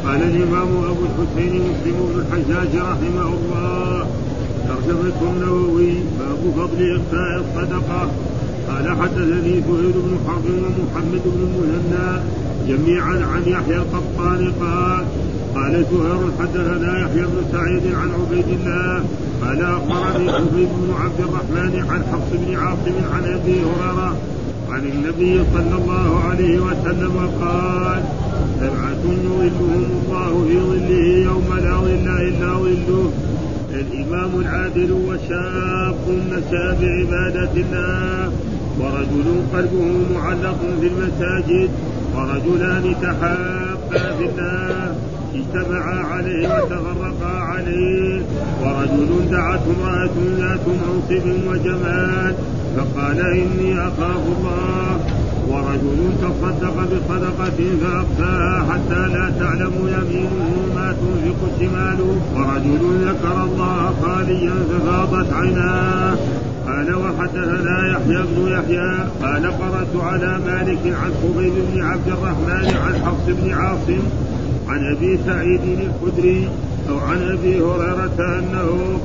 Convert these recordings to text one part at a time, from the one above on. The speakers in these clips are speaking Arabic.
قال الإمام أبو الحسين مسلم بن الحجاج رحمه الله ترجمة النووي باب فضل إخفاء الصدقة. قال حدثني زهير بن حرب ومحمد بن المثنى جميعا عن يحيى القطان قال زهير حدثنا يحيى بن سعيد عن عبيد الله قال أخبرني عبيد بن عبد الرحمن عن حفص بن عاصم عن أبي هريرة عن النبي صلى الله عليه وسلم قال: 7 يظلهم الله في ظله يوم لا ظل إلا ظله: الإمام العادل وشاب نشأ بعبادة الله ورجل قلبه معلق في المساجد ورجلان تحابا في الله اجتمعا عليه وتفرقا عليه ورجل دعته امرأة ذات منصب وجمال فقال: إني أخاف الله ورجل تصدق بصدقة فأخفاها حتى لا تعلم يمينه ما تنفق شماله ورجل ذكر الله خاليا ففاضت عيناه. قال وحدثنا يحيى بن يحيى قال قرأت على مالك عن خبيب بن عبد الرحمن عن حفص بن عاصم عن أبي سعيد الخدري أو عن أبي هريرة أنه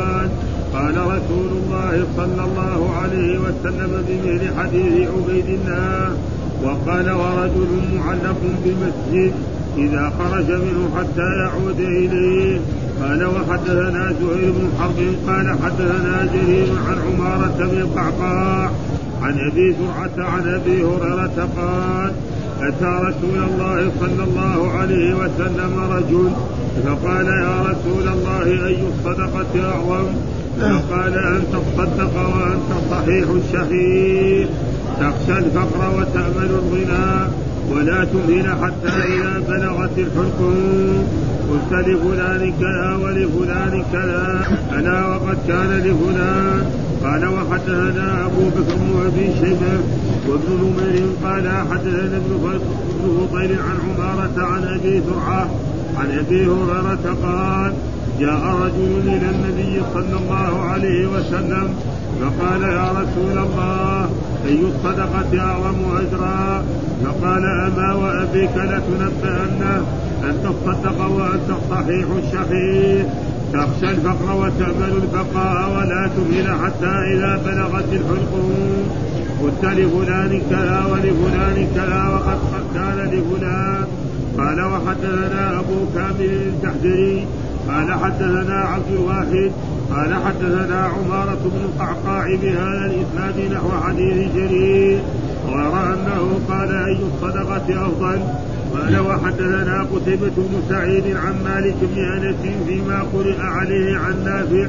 قال رسول الله صلى الله عليه وسلم بمثل حديث عبيد الله وقال: ورجل معلق بالمسجد إذا خرج منه حتى يعود إليه. قال وحدثنا زهير بن حرب قال حدثنا جرير عن عمارة بن القعقاع عن أبي زرعة عن أبي هريرة قال: أتى رسول الله صلى الله عليه وسلم رجل فقال: يا رسول الله أي الصدقة أعظم؟ فقال: أن تصدق وأنت صحيح شحيح تخشى الفقر وتأمل الغنى ولا تمهل حتى إذا بلغت الحلقوم قلت لفلان كذا ولفلان كذا ألا وقد كان لفلان. قال وحدثنا أبو بكر بن أبي شيبة وابن نمير قال حدثنا ابن فضيل عن عمارة عن أبي زرعة عن أبي هريرة قال: جاء رجل إلى النبي صلى الله عليه وسلم فقال: يا رسول الله أي الصدقة أعظم أجرا؟ فقال: أما وأبيك لتنبأن أن تصدق وأنت الصحيح الشحيح تخشى الفقر وتأمل البقاء ولا تمهل حتى إذا بلغت الحلقوم قلت لفلان كذا ولفلان كذا وقد كان لفلان. قال وحدثنا أبو كامل الجحدري قال حدثنا عبد الواحد قال حدثنا عمارة بن القعقاع بهذا الإسناد نحو حديث جرير ويرى أنه قال: أي الصدقة أفضل؟ قال وحدثنا قتيبة بن سعيد عن مالك بن أنس فيما قرئ عليه عن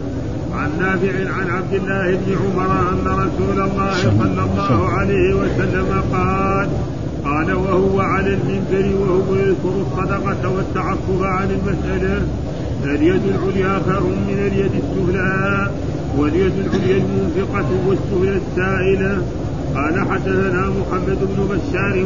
نافع عن عبد الله بن عمر أن رسول الله صلى الله عليه وسلم قال وهو على المنبر وهو يذكر الصدقة والتعفف عن المسألة: اليد العليا خير من اليد السفلى واليد العليا المنفقة والسفلى السائلة. قال حدثنا محمد بن بشار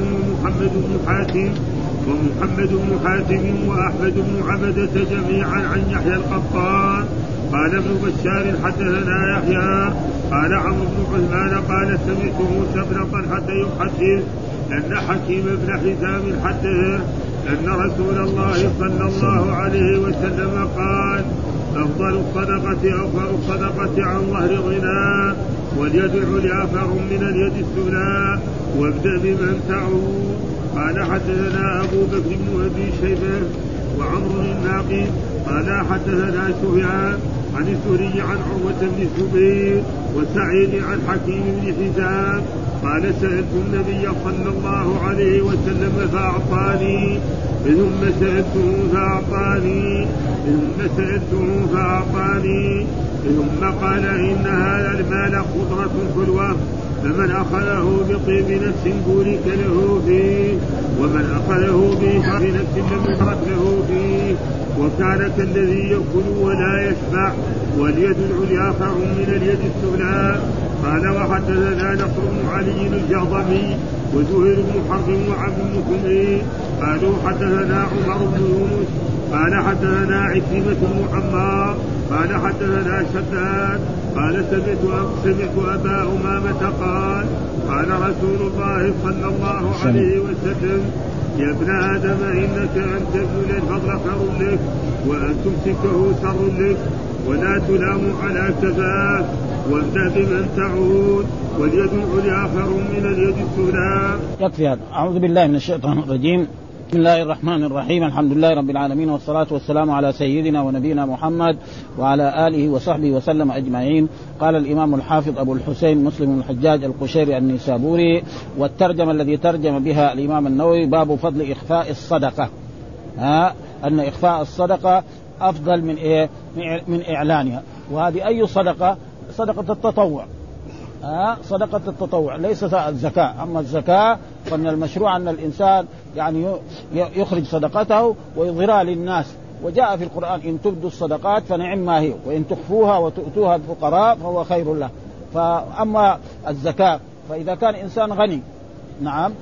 ومحمد بن حاتم وأحمد بن عبدة جميعا عن يحيى القطان. قال ابن بشار حدثنا يحيى قال عمرو بن عثمان قال: سمعت موسى بن طلحة يحدث أن حكيم بن حزام حدثه أن رسول الله صلى الله عليه وسلم قال: أفضل الصدقة أوفر الصدقة عن ظهر غنى واليد العليا خير من اليد السفلى وابدأ بمن تعود. قال حدثنا أبو بكر بن أبي شيبة وعمرو الناقي قال حدثنا سفيان عن الزهري عن عروة بن الزبير وسعيد عن حكيم بن حزام قال: سألت النبي صلى الله عليه وسلم فأعطاني ثم سألته فأعطاني ثم قال: إن هذا المال خضرة حلوة فمن أخذه بطيب نفس بورك له فيه ومن أخذه بشر نفس لم يبرك له فيه وكان كالذي يأكل ولا يشبع واليد العليا خير من اليد السفلى. قال وحدثنا نصر بن علي الجهضمي وزهير بن حرب وعبد المكمري قالوا حدثنا عمر بن يونس قال حدثنا عكرمة بن عمار قال حدثنا شداد قال: سمعت أبا أمامة قال رسول الله صلى الله عليه وسلم: يا ابن آدم إنك أن تبذل الفضل خير لك وأن تمسكه شر لك ولا تلام على كفاك وابدأ بمن تعود واليد العليا خير من اليد السفلى. يكفي هذا. أعوذ بالله من الشيطان الرجيم. بسم الله الرحمن الرحيم. الحمد لله رب العالمين والصلاة والسلام على سيدنا ونبينا محمد وعلى آله وصحبه وسلم أجمعين. قال الإمام الحافظ أبو الحسين مسلم الحجاج القشيري النيسابوري والترجمة الذي ترجم بها الإمام النووي باب فضل إخفاء الصدقة. أن إخفاء الصدقة أفضل من إعلانها. وهذه أي صدقة؟ صدقة التطوع. صدقة التطوع ليس الزكاة. أما الزكاة فمن المشروع أن الإنسان يعني يخرج صدقته ويظهرها للناس. وجاء في القرآن إن تبدوا الصدقات فنعم ما هي وإن تخفوها وتؤتوها الفقراء فهو خير له. فأما الزكاة فإذا كان إنسان غني نعم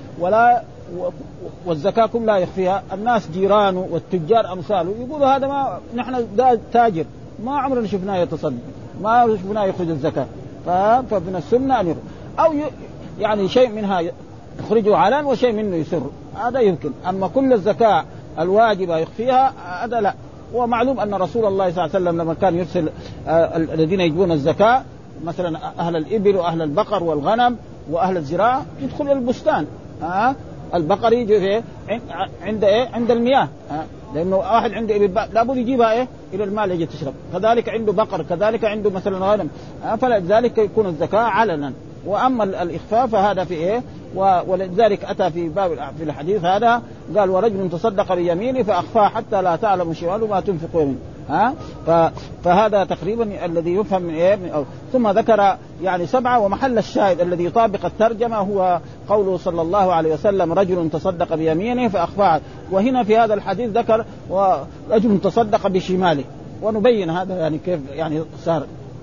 والزكاة كلها يخفيها الناس جيرانه والتجار أمثاله يقولوا هذا ما نحن تاجر ما عمرنا شفناه يتصدق ما شفناه يخرج الزكاة. فمن السنة أن أو يعني شيء منها يخرجه علن وشيء منه يسر هذا يمكن. أما كل الزكاة الواجبة يخفيها هذا لا. ومعلوم أن رسول الله صلى الله عليه وسلم لما كان يرسل الذين يجبون الزكاة مثلا أهل الإبل وأهل البقر والغنم وأهل الزراعة يدخل البستان. البقر يجي عند المياه لأنه واحد عنده إبل لابد يجيبها إلى المال يجي تشرب. كذلك عنده بقر كذلك عنده مثلا غنم فلذلك يكون الزكاة علنا. وأما الإخفاء فهذا في ولذلك أتى في الحديث هذا قال ورجل تصدق بيمينه فأخفاها حتى لا تعلم شماله ما تنفق يمينه. فهذا تقريبا الذي يفهم من ثم ذكر يعني 7. ومحل الشاهد الذي يطابق الترجمة هو قوله صلى الله عليه وسلم رجل تصدق بيمينه فأخفاها. وهنا في هذا الحديث ذكر ورجل تصدق بشماله ونبين هذا يعني كيف يعني صار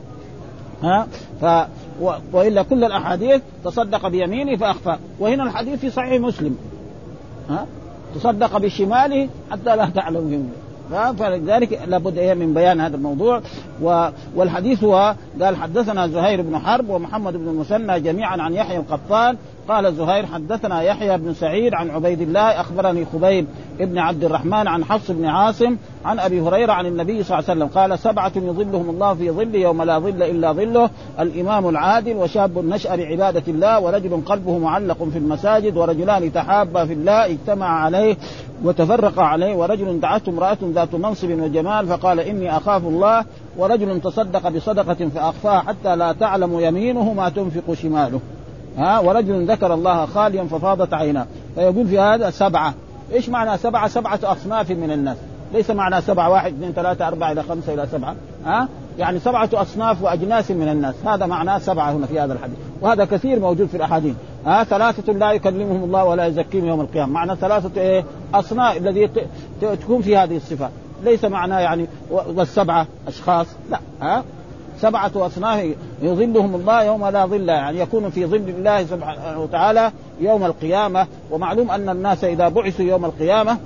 وإلا كل الأحاديث تصدق بيمينه فأخفى. وهنا الحديث في صحيح مسلم تصدق بشماله حتى لا تعلم يمينه. فلذلك لابد من بيان هذا الموضوع. والحديث هو قال حدثنا زهير بن حرب ومحمد بن المثنى جميعا عن يحيى القطان قال زهير حدثنا يحيى بن سعيد عن عبيد الله أخبرني خبيب ابن عبد الرحمن عن حفص بن عاصم عن أبي هريرة عن النبي صلى الله عليه وسلم قال 7 يظلهم الله في ظل يوم لا ظل إلا ظله الإمام العادل وشاب نشأ بعبادة الله ورجل قلبه معلق في المساجد ورجلان تحابا في الله اجتمع عليه وتفرق عليه ورجل دعته امرأة ذات منصب وجمال فقال إني أخاف الله ورجل تصدق بصدقة فأخفاها حتى لا تعلم يمينه ما تنفق شماله ورجل ذكر الله خاليا ففاضت عيناه. فيقول في هذا 7. إيش معنى 7؟ 7 أصناف من الناس. ليس معنى 7 1 2 3 4 إلى 5 إلى 7 يعني 7 أصناف وأجناس من الناس. هذا معناه 7 هنا في هذا الحديث. وهذا كثير موجود في الأحاديث 3 لا يكلمهم الله ولا يزكيهم يوم القيامة. معنى 3 أصناف الذي تكون في هذه الصفات. ليس معناه يعني وال7 أشخاص لا 7 أصناف يظلهم الله يوم لا ظل يعني يكون في ظل الله سبحانه وتعالى يوم القيامة. ومعلوم أن الناس إذا بعثوا يوم القيامة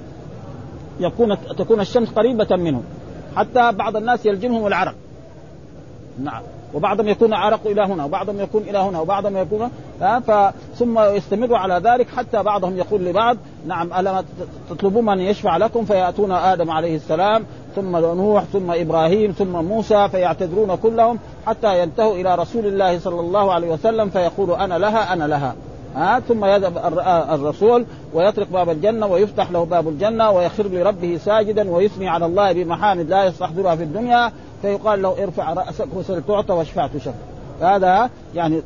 تكون الشمس قريبة منهم حتى بعض الناس يلجمهم العرق نعم وبعضهم يكون عرق إلى هنا وبعضهم يكون إلى هنا وبعضهم يكون ثم يستمر على ذلك حتى بعضهم يقول لبعض نعم ألا تطلبون من يشفع لكم فيأتون آدم عليه السلام ثم نوح ثم إبراهيم ثم موسى فيعتذرون كلهم حتى ينتهوا إلى رسول الله صلى الله عليه وسلم فيقول أنا لها ثم يذهب الرسول ويطرق باب الجنة ويفتح له باب الجنة ويخر لربه ساجدا ويثني على الله بمحامد لا يستحضرها في الدنيا فيقال له ارفع رأسك وسل تعطى واشفع تشفع. هذا يعني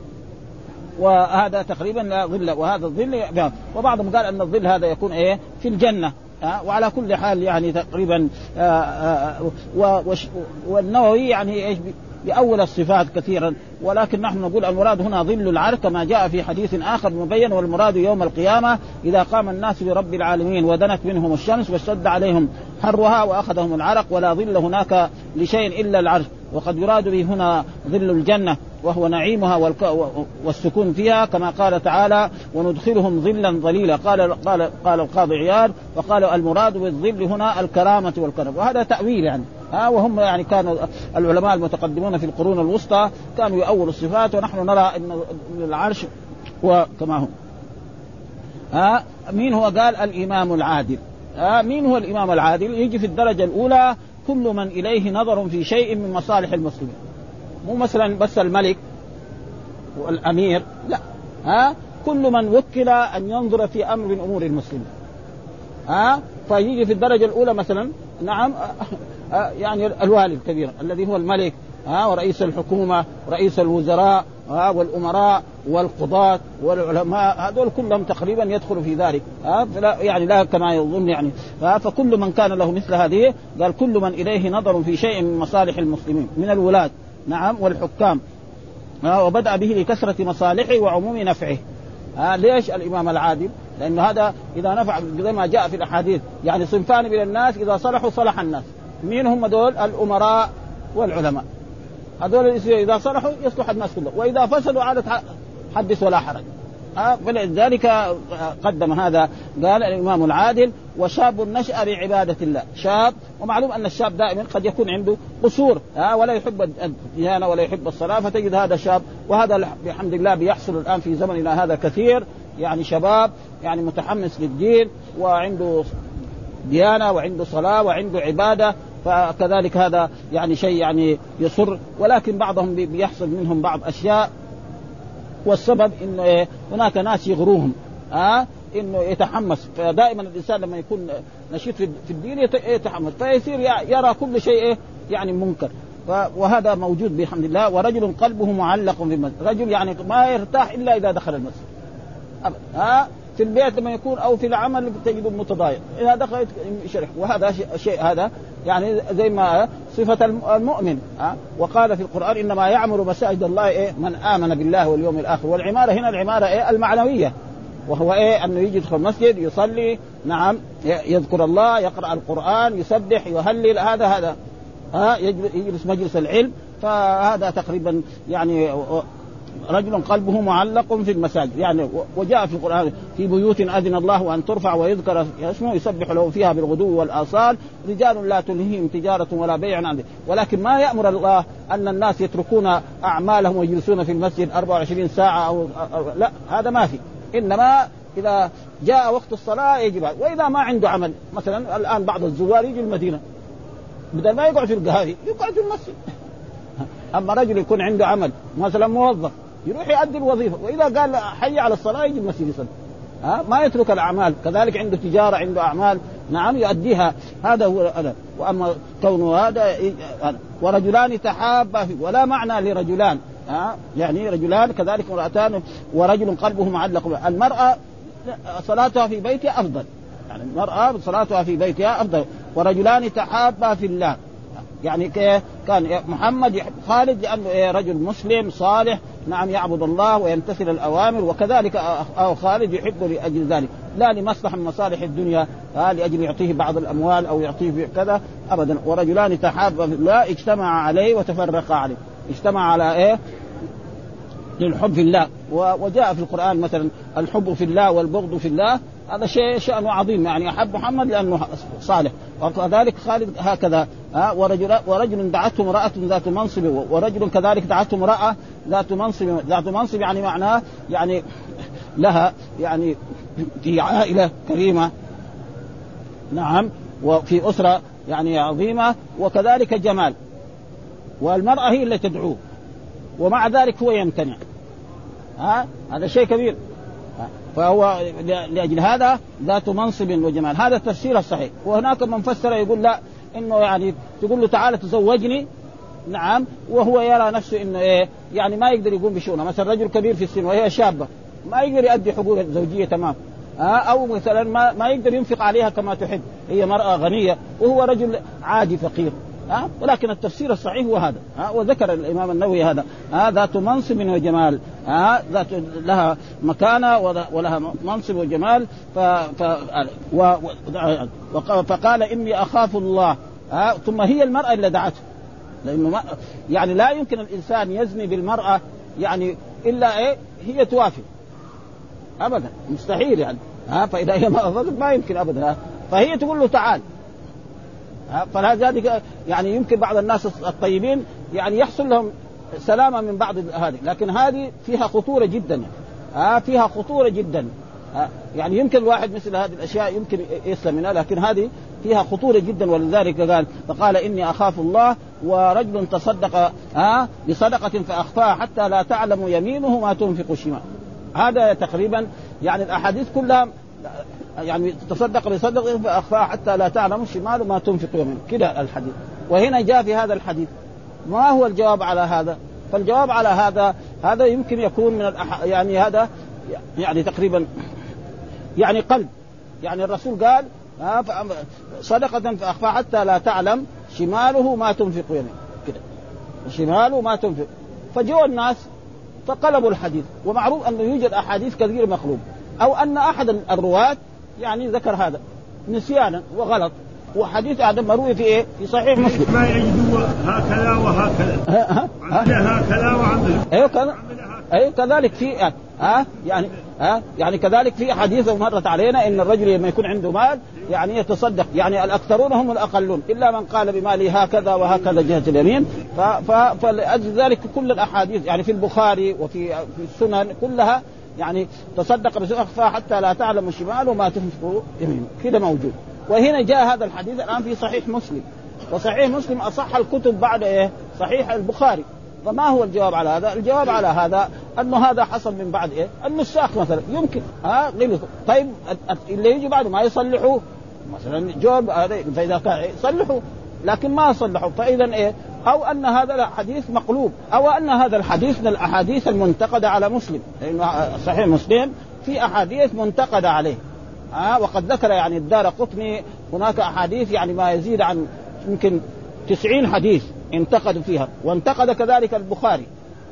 وهذا تقريبا لا ظل وهذا الظل وبعضهم قال أن الظل هذا يكون في الجنة وعلى كل حال يعني تقريبا والنووي يعني ايش بأول الصفات كثيرا. ولكن نحن نقول المراد هنا ظل العرش كما جاء في حديث آخر مبين والمراد يوم القيامة إذا قام الناس برب العالمين ودنت منهم الشمس واشتد عليهم حرها وأخذهم العرق ولا ظل هناك لشيء إلا العرش. وقد يراد به هنا ظل الجنة وهو نعيمها والسكون فيها كما قال تعالى وندخلهم ظلا ظليلا. قال القاضي عياض وقال المراد بالظل هنا الكرامة والكرم. وهذا تأويل يعني وهم يعني كانوا العلماء المتقدمون في القرون الوسطى كانوا يؤولوا الصفات ونحن نرى أن العرش وكما هو مين هو قال الإمام العادل مين هو الإمام العادل؟ يجي في الدرجة الأولى كل من إليه نظر في شيء من مصالح المسلمين، مو مثلا بس الملك والأمير، لا، كل من وكل أن ينظر في أمر من أمور المسلمين. فيجي في الدرجة الأولى مثلا نعم يعني الوالي الكبير الذي هو الملك، ورئيس الحكومة، رئيس الوزراء، والأمراء والقضاة والعلماء، هذول كلهم تقريبا يدخلوا في ذلك. فلا يعني لا كما يظن يعني. فكل من كان له مثل هذه، قال كل من إليه نظر في شيء من مصالح المسلمين من الولاة نعم والحكام، وبدأ به لكثرة مصالحه وعموم نفعه. ليش الإمام العادل؟ لأن هذا إذا نفع زي ما جاء في الأحاديث، يعني صنفان من الناس إذا صلحوا صلح الناس. مين هم دول؟ الأمراء والعلماء. هذول إذا صلحوا يصلح الناس كله، وإذا فسدوا عادت حدث ولا حرج. فلذلك قدم هذا، قال الإمام العادل وشاب نشأ بعبادة الله. شاب، ومعلوم أن الشاب دائما قد يكون عنده قصور ولا يحب الديانة ولا يحب الصلاة، فتجد هذا شاب، وهذا بحمد الله بيحصل الآن في زمننا هذا كثير، يعني شباب يعني متحمس للدين وعنده ديانة وعنده صلاة وعنده عبادة، فكذلك هذا يعني شيء يعني يسر. ولكن بعضهم بيحصل منهم بعض أشياء، والسبب إنه هناك ناس يغروهم إنه يتحمس. فدائما الإنسان لما يكون نشيط في الدين يتحمس، فيصير يرى كل شيء يعني منكر. وهذا موجود بحمد الله. ورجل قلبه معلق بالمسجد، رجل يعني ما يرتاح إلا إذا دخل المسجد. في البيت لما يكون أو في العمل تجده متضايق، إذا دخل يشرح. وهذا شيء هذا يعني زي ما صفة المؤمن. وقال في القرآن إنما يعمر مساجد الله من آمن بالله واليوم الآخر. والعمارة هنا العمارة المعنوية، وهو أنه يجي يدخل المسجد يصلي نعم، يذكر الله، يقرأ القرآن، يسبح، يهلل، هذا يجلس مجلس العلم. فهذا تقريبا يعني رجل قلبه معلق في المساجد. يعني وجاء في القرآن في بيوت أذن الله أن ترفع ويذكر اسمه يسبح له فيها بالغدو والآصال رجال لا تلهيهم تجارة ولا بيع عن ذلك. ولكن ما يأمر الله أن الناس يتركون أعمالهم ويجلسون في المسجد 24 ساعة أو لا، هذا ما في. إنما إذا جاء وقت الصلاة يجب. وإذا ما عنده عمل، مثلا الآن بعض الزوار يجي المدينة بدل ما يقعد في القهاوي يقعد في المسجد. أما رجل يكون عنده عمل، مثلا موظف، يروح يؤدي الوظيفة، وإذا قال حي على الصلاة يجي المسجد يصلي. ما يترك الأعمال. كذلك عنده تجارة، عنده أعمال نعم يؤديها. هذا هو هذا. وأما كونه هذا ورجلان تحابا فيه، ولا معنى لرجلان يعني رجلان كذلك امرأتان، ورجل قلبه معلق. المرأة صلاتها في بيتها أفضل، يعني المرأة صلاتها في بيتها أفضل. ورجلان تحابا في الله، يعني كان محمد يحب خالد لأنه رجل مسلم صالح نعم يعبد الله ويمتثل الأوامر، وكذلك خالد يحبه لأجل ذلك، لا لمصلحة من مصالح الدنيا لأجل يعطيه بعض الأموال أو يعطيه كذا أبدا. ورجلان تحابا في الله اجتمع عليه وتفرقا عليه. اجتمع على للحب في الله. وجاء في القرآن مثلا الحب في الله والبغض في الله، هذا شيء شأنه عظيم. يعني أحب محمد لأنه صالح، وكذلك خالد هكذا. ورجل دعته امرأة ذات منصب، ورجل كذلك دعته امرأة ذات منصب. ذات منصب يعني معناه يعني لها يعني في عائلة كريمة نعم، وفي أسرة يعني عظيمة، وكذلك جمال. والمرأة هي اللي تدعوه، ومع ذلك هو يمتنع. هذا شيء كبير. فهو لأجل هذا ذات منصب وجمال. هذا التفسير الصحيح. وهناك من فسر يقول لا، إنه يعني تقول له تعال تزوجني نعم، وهو يرى نفسه إنه يعني ما يقدر يقوم بشؤونه. مثلا رجل كبير في السن وهي شابة ما يقدر يؤدي حقوق الزوجية تمام، أو مثلا ما يقدر ينفق عليها كما تحب، هي مرأة غنية وهو رجل عادي فقير. ولكن التفسير الصحيح هو هذا. وذكر الإمام النووي هذا ذات منصب وجمال، ذات لها مكانة ولها منصب وجمال. فقال إني أخاف الله. ثم هي المرأة اللي دعته، لأنه يعني لا يمكن الإنسان يزني بالمرأة يعني إلا هي توافق أبدا، مستحيل يعني. فإذا هي ما يمكن أبدا. فهي تقول له تعال. فلذلك يعني يمكن بعض الناس الطيبين يعني يحصل لهم سلامة من بعض هذه، لكن هذه فيها خطورة جدا. فيها خطورة جدا. يعني يمكن الواحد مثل هذه الأشياء يمكن يسلم منها، لكن هذه فيها خطورة جدا. ولذلك قال فقال إني أخاف الله ورجل تصدق بصدقة فأخفاها حتى لا تعلم يمينه ما تنفق شماله. هذا تقريبا يعني الأحاديث كلها يعني تصدق بصدقة فأخفاها حتى لا تعلم شماله ما تنفق يمينه كده الحديث. وهنا جاء في هذا الحديث ما هو الجواب على هذا؟ فالجواب على هذا يمكن يكون من يعني هذا يعني تقريبا يعني قلب. يعني الرسول قال صدقة فأخفى حتى لا تعلم شماله ما تنفق يمينه كده، شماله ما تنفق. فجاء الناس فقلبوا الحديث. ومعروف أنه يوجد أحاديث كثير مقلوب، أو أن أحد الرواة يعني ذكر هذا نسيانا وغلط، وحديث هذا مروي في إيه؟ في صحيح مسلم. ما يجدوا هكذا وهكذا هكذا وعمل أيوة كذلك في يعني كذلك في حديث مرت علينا إن الرجل لما يكون عنده مال يعني يتصدق، يعني الأكثرون هم الأقلون إلا من قال بمالي هكذا وهكذا جهة اليمين. فلأجل ذلك كل الأحاديث يعني في البخاري وفي السنن كلها يعني تصدق بصدقة حتى لا تعلم شماله ما تنفق يمينه كده موجود. وهنا جاء هذا الحديث الآن في صحيح مسلم، وصحيح مسلم أصح الكتب بعد إيه؟ صحيح البخاري. فما هو الجواب على هذا؟ الجواب على هذا أنه هذا حصل من بعد إيه؟ النساخ مثلا يمكن غلطوا. طيب اللي يجي بعده ما يصلحوا مثلا جواب فإذا كان يصلحوا لكن ما صلحوا، فإذا إيه؟ أو أن هذا الحديث مقلوب، أو أن هذا الحديث من الأحاديث المنتقدة على مسلم، لأنه صحيح مسلم في أحاديث منتقدة عليه. وقد ذكر يعني الدارقطني هناك أحاديث يعني ما يزيد عن يمكن 90 حديث انتقدوا فيها، وانتقد كذلك البخاري.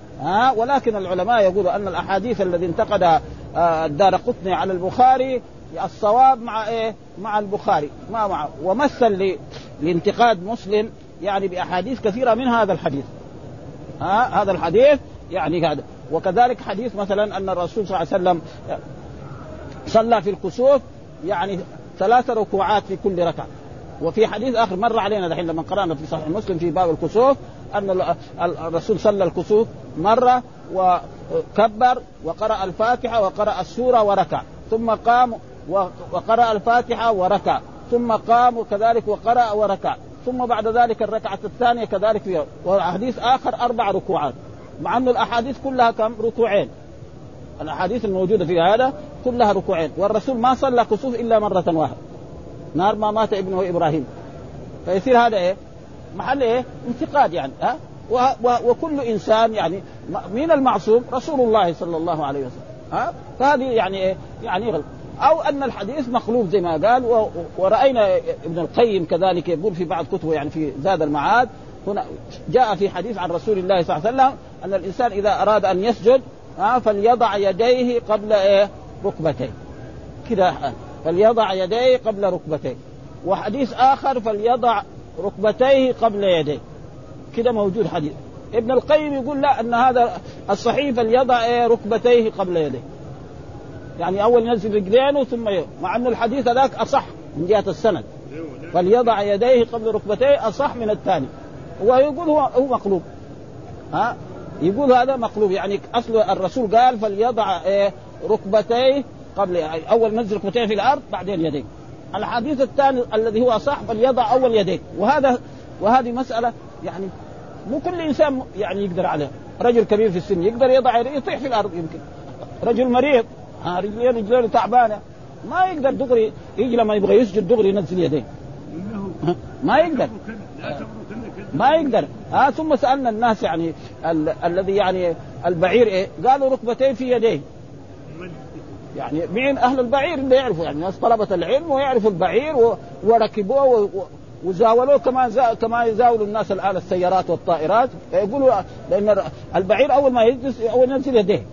ولكن العلماء يقولوا أن الأحاديث الذي انتقد الدارقطني على البخاري الصواب مع إيه؟ مع البخاري ما معه، ومثل لانتقاد مسلم يعني بأحاديث كثيرة من هذا الحديث. هذا الحديث يعني هذا. وكذلك حديث مثلا أن الرسول صلى الله عليه وسلم صلى في الكسوف يعني 3 ركوعات في كل ركعة. وفي حديث آخر مر علينا دحين لما قرأنا في صحيح مسلم في باب الكسوف أن الرسول صلى الكسوف مرة وكبر وقرأ الفاتحة وقرأ السورة وركع، ثم قام وقرأ الفاتحة وركع، ثم قام وكذلك وقرأ وركع، ثم بعد ذلك الركعة الثانية كذلك فيها. وحديث آخر 4 ركوعات، مع أن الأحاديث كلها كم؟ ركوعين. الأحاديث الموجودة في هذا كلها ركوعين. والرسول ما صلى كسوف إلا مرة واحدة، نار ما مات ابنه إبراهيم. فيصير هذا إيه؟ محل إيه؟ انتقاد يعني. وكل إنسان يعني من المعصوم رسول الله صلى الله عليه وسلم. فهذه يعني إيه؟ يعني غلط. أو أن الحديث مخلوف زي ما قال. ورأينا ابن القيم كذلك يقول في بعض كتبه يعني في زاد المعاد هنا جاء في حديث عن رسول الله صلى الله عليه وسلم أن الإنسان إذا أراد أن يسجد فليضع يديه قبل إيه؟ ركبتيه كده، فليضع يديه قبل ركبتيه. وحديث آخر فليضع ركبتيه قبل يديه كده موجود حديث. ابن القيم يقول لا، أن هذا الصحيح فليضع ركبتيه قبل يديه، يعني أول ينزل رجلينه ثم مع أن الحديث ذاك أصح من جهة السند، فليضع يديه قبل ركبتيه أصح من الثاني. ويقول هو مقلوب. يقول هذا مقلوب، يعني أصل الرسول قال فليضع ركبتيه قبل، أول نزل ركبتيه في الأرض بعدين يديه. الحديث الثاني الذي هو صح فليضع أول يديه. وهذه مسألة يعني مو كل إنسان يعني يقدر عليها. رجل كبير في السن يقدر يضع يديه يطيح في الأرض، يمكن رجل مريض رجليه تعبانة ما يقدر دغري يجي لما يبغى يسجد دغري ينزل يديه، ما يقدر ما يقدر. ثم سألنا الناس يعني الذي يعني البعير إيه؟ قالوا ركبتين في يديه. يعني مين أهل البعير اللي يعرفوا، يعني ناس طلبة العلم ويعرفوا البعير وركبوه وزاولوه كما يزاولوا الناس الآن السيارات والطائرات. يقولوا لأن البعير أول ما يجلس أول ينزل يديه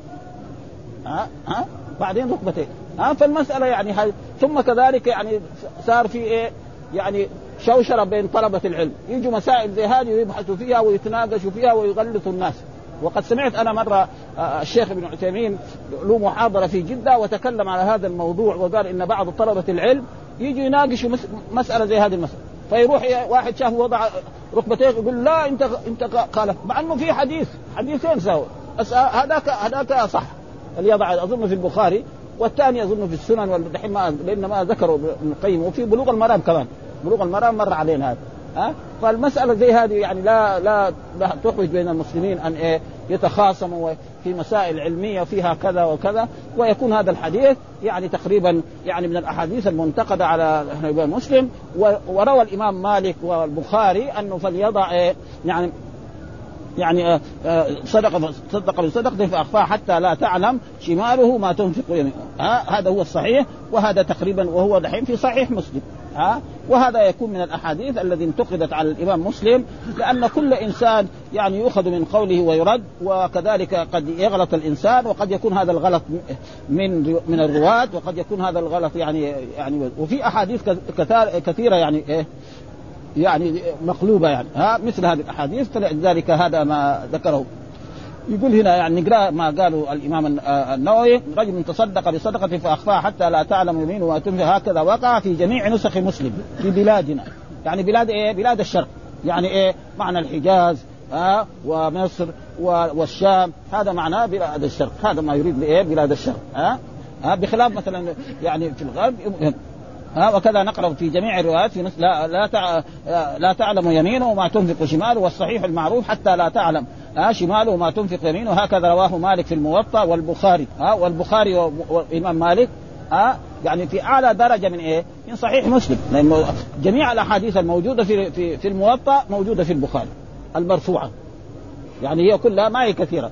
بعدين ركبتين. فالمسألة يعني ثم كذلك يعني صار في إيه يعني شوشرة بين طلبة العلم، يجوا مسائل زي هذه ويبحثوا فيها ويتناقشوا فيها ويغلطوا الناس. وقد سمعت أنا مرة الشيخ ابن عثيمين له محاضرة في جدة وتكلم على هذا الموضوع، وقال إن بعض طلبة العلم يجوا يناقشوا مسألة زي هذه المسألة، فيروح واحد شاف وضع ركبتيه يقول لا أنت قال، مع أنه في حديثين سوا. هذاك صح اللي يضع أظن في البخاري والثاني يظن في السنن والدحين لأن ما ذكروا ابن القيم، وفي بلوغ المرام كمان، بلوغ المرام مر علينا هذا. فالمسألة زي هذه يعني لا تخرج بين المسلمين أن يتخاصموا في مسائل علمية فيها كذا وكذا، ويكون هذا الحديث يعني تقريبا يعني من الأحاديث المنتقدة على مسلم. وروى الإمام مالك والبخاري أنه فليضع يعني صدق بصدقته فأخفاها حتى لا تعلم شماله ما تنفق يمينه. هذا هو الصحيح، وهذا تقريبا وهو دحين في صحيح مسلم. وهذا يكون من الأحاديث الذي انتقدت على الإمام مسلم، لأن كل إنسان يعني يؤخذ من قوله ويرد، وكذلك قد يغلط الإنسان، وقد يكون هذا الغلط من الرواة، وقد يكون هذا الغلط يعني وفي أحاديث كثيرة يعني مقلوبة يعني مثل هذه الأحاديث. فلذلك هذا ما ذكره. يقول هنا يعني نقرأ ما قالوا الإمام النووي: رجل تصدق بصدقة فأخفاها حتى لا تعلم يمينه وما تنفق. هكذا وقع في جميع نسخ مسلم في بلادنا، يعني بلاد بلاد الشرق، يعني معنى الحجاز ومصر والشام، هذا معناه بلاد الشرق، هذا ما يريد بلاد الشرق. بخلاف مثلا يعني في الغرب. وكذا نقرأ في جميع الروايات في لا تعلم يمينه وما تنفق شماله، والصحيح المعروف حتى لا تعلم شماله وما تنفق يمينه. هكذا رواه مالك في الموطأ والبخاري. والبخاري والإمام مالك يعني في أعلى درجة من صحيح مسلم، لأنه جميع الأحاديث الموجودة في الموطأ موجودة في البخاري المرفوعة، يعني هي كلها ما هي كثيرة،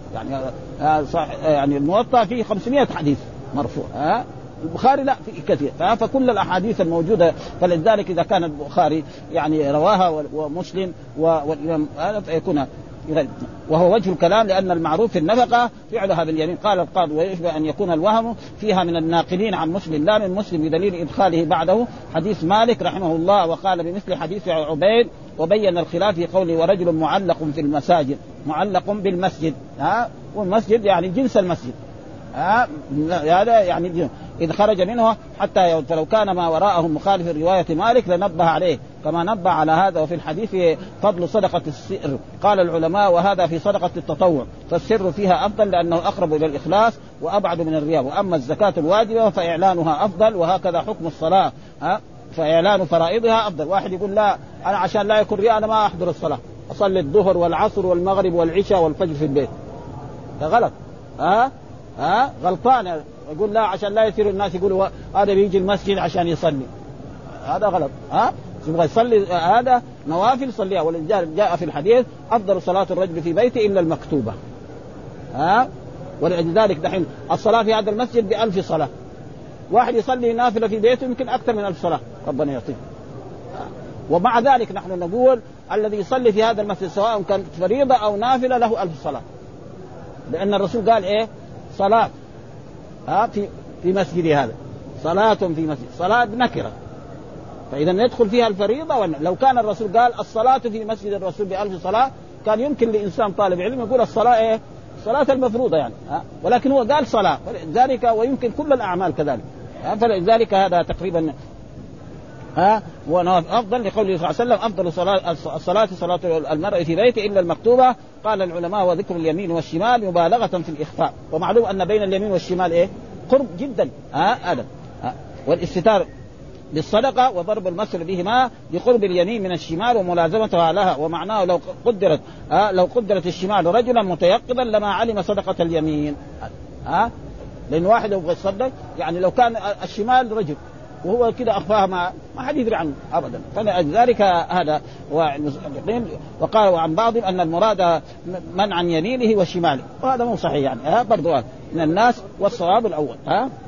يعني الموطأ فيه 500 حديث مرفوع، البخاري لا في كثير. فكل الأحاديث الموجودة، فلذلك إذا كان البخاري يعني رواها ومسلم والإمام فيكون. وهو وجه الكلام، لأن المعروف في النفقة فعلها باليمين. قال القاضي: ويشبه أن يكون الوهم فيها من الناقلين عن مسلم لا من مسلم، بدليل إدخاله بعده حديث مالك رحمه الله، وقال بمثل حديث عبيد، وبين الخلاف في قوله: ورجل معلق في المساجد، معلق بالمسجد، والمسجد يعني جنس المسجد، هذا يعني إذ خرج منه حتى فلو كان ما وراءه مخالف رواية مالك لنبه عليه، كما نبه على هذا. وفي الحديث فضل صدقة السر. قال العلماء: وهذا في صدقة التطوع، فالسر فيها أفضل لأنه أقرب إلى الإخلاص وأبعد من الرياء. وأما الزكاة الواجبة فإعلانها أفضل، وهكذا حكم الصلاة، فإعلان فرائضها أفضل. واحد يقول: لا أنا عشان لا يكون رياء أنا ما أحضر الصلاة، أصلي الظهر والعصر والمغرب والعشاء والفجر في البيت، ده غلط. غلطان. يقول: لا عشان لا يصير الناس يقولوا هذا بيجي المسجد عشان يصلي، هذا غلط. يبغى يصلي هذا نوافل صليها. ولذلك جاء في الحديث: أفضل صلاة الرجل في بيته إلا المكتوبة. ولذلك دحين الصلاة في هذا المسجد ب1000 صلاة، واحد يصلي نافلة في بيته يمكن أكثر من 1000 صلاة، ربنا يعطيه. ومع ذلك نحن نقول الذي يصلي في هذا المسجد سواء كانت فريضة أو نافلة له 1000 صلاة، لأن الرسول قال صلاة في مسجد هذا، صلاة في مسجد، صلاة نكرة، فإذا ندخل فيها الفريضة. لو كان الرسول قال الصلاة في مسجد الرسول ب1000 صلاة كان يمكن لإنسان طالب علم يقول الصلاة صلاة المفروضة يعني، ولكن هو قال صلاة، فلذلك ويمكن كل الأعمال كذلك، فلذلك هذا تقريبا أفضل لقوله صلى الله عليه وسلم: أفضل الصلاة صلاة المرء في بيته إلا المكتوبة. قال العلماء: وذكر اليمين والشمال مبالغة في الإخفاء. ومعلوم أن بين اليمين والشمال قرب جدا، والاستتار بالصدقة وضرب المثل بهما لقرب اليمين من الشمال وملازمتها لها. ومعناه لو قدرت الشمال رجلا متيقظا لما علم صدقة اليمين، لأن واحد يبغى يصدق يعني لو كان الشمال رجل وهو كده أخفاها ما حد يدري عنه أبدا. فلذلك هذا وقال عن بعضهم أن المراد من عن يمينه وشماله، وهذا مو صحيح يعني برضو من الناس، والصواب الأول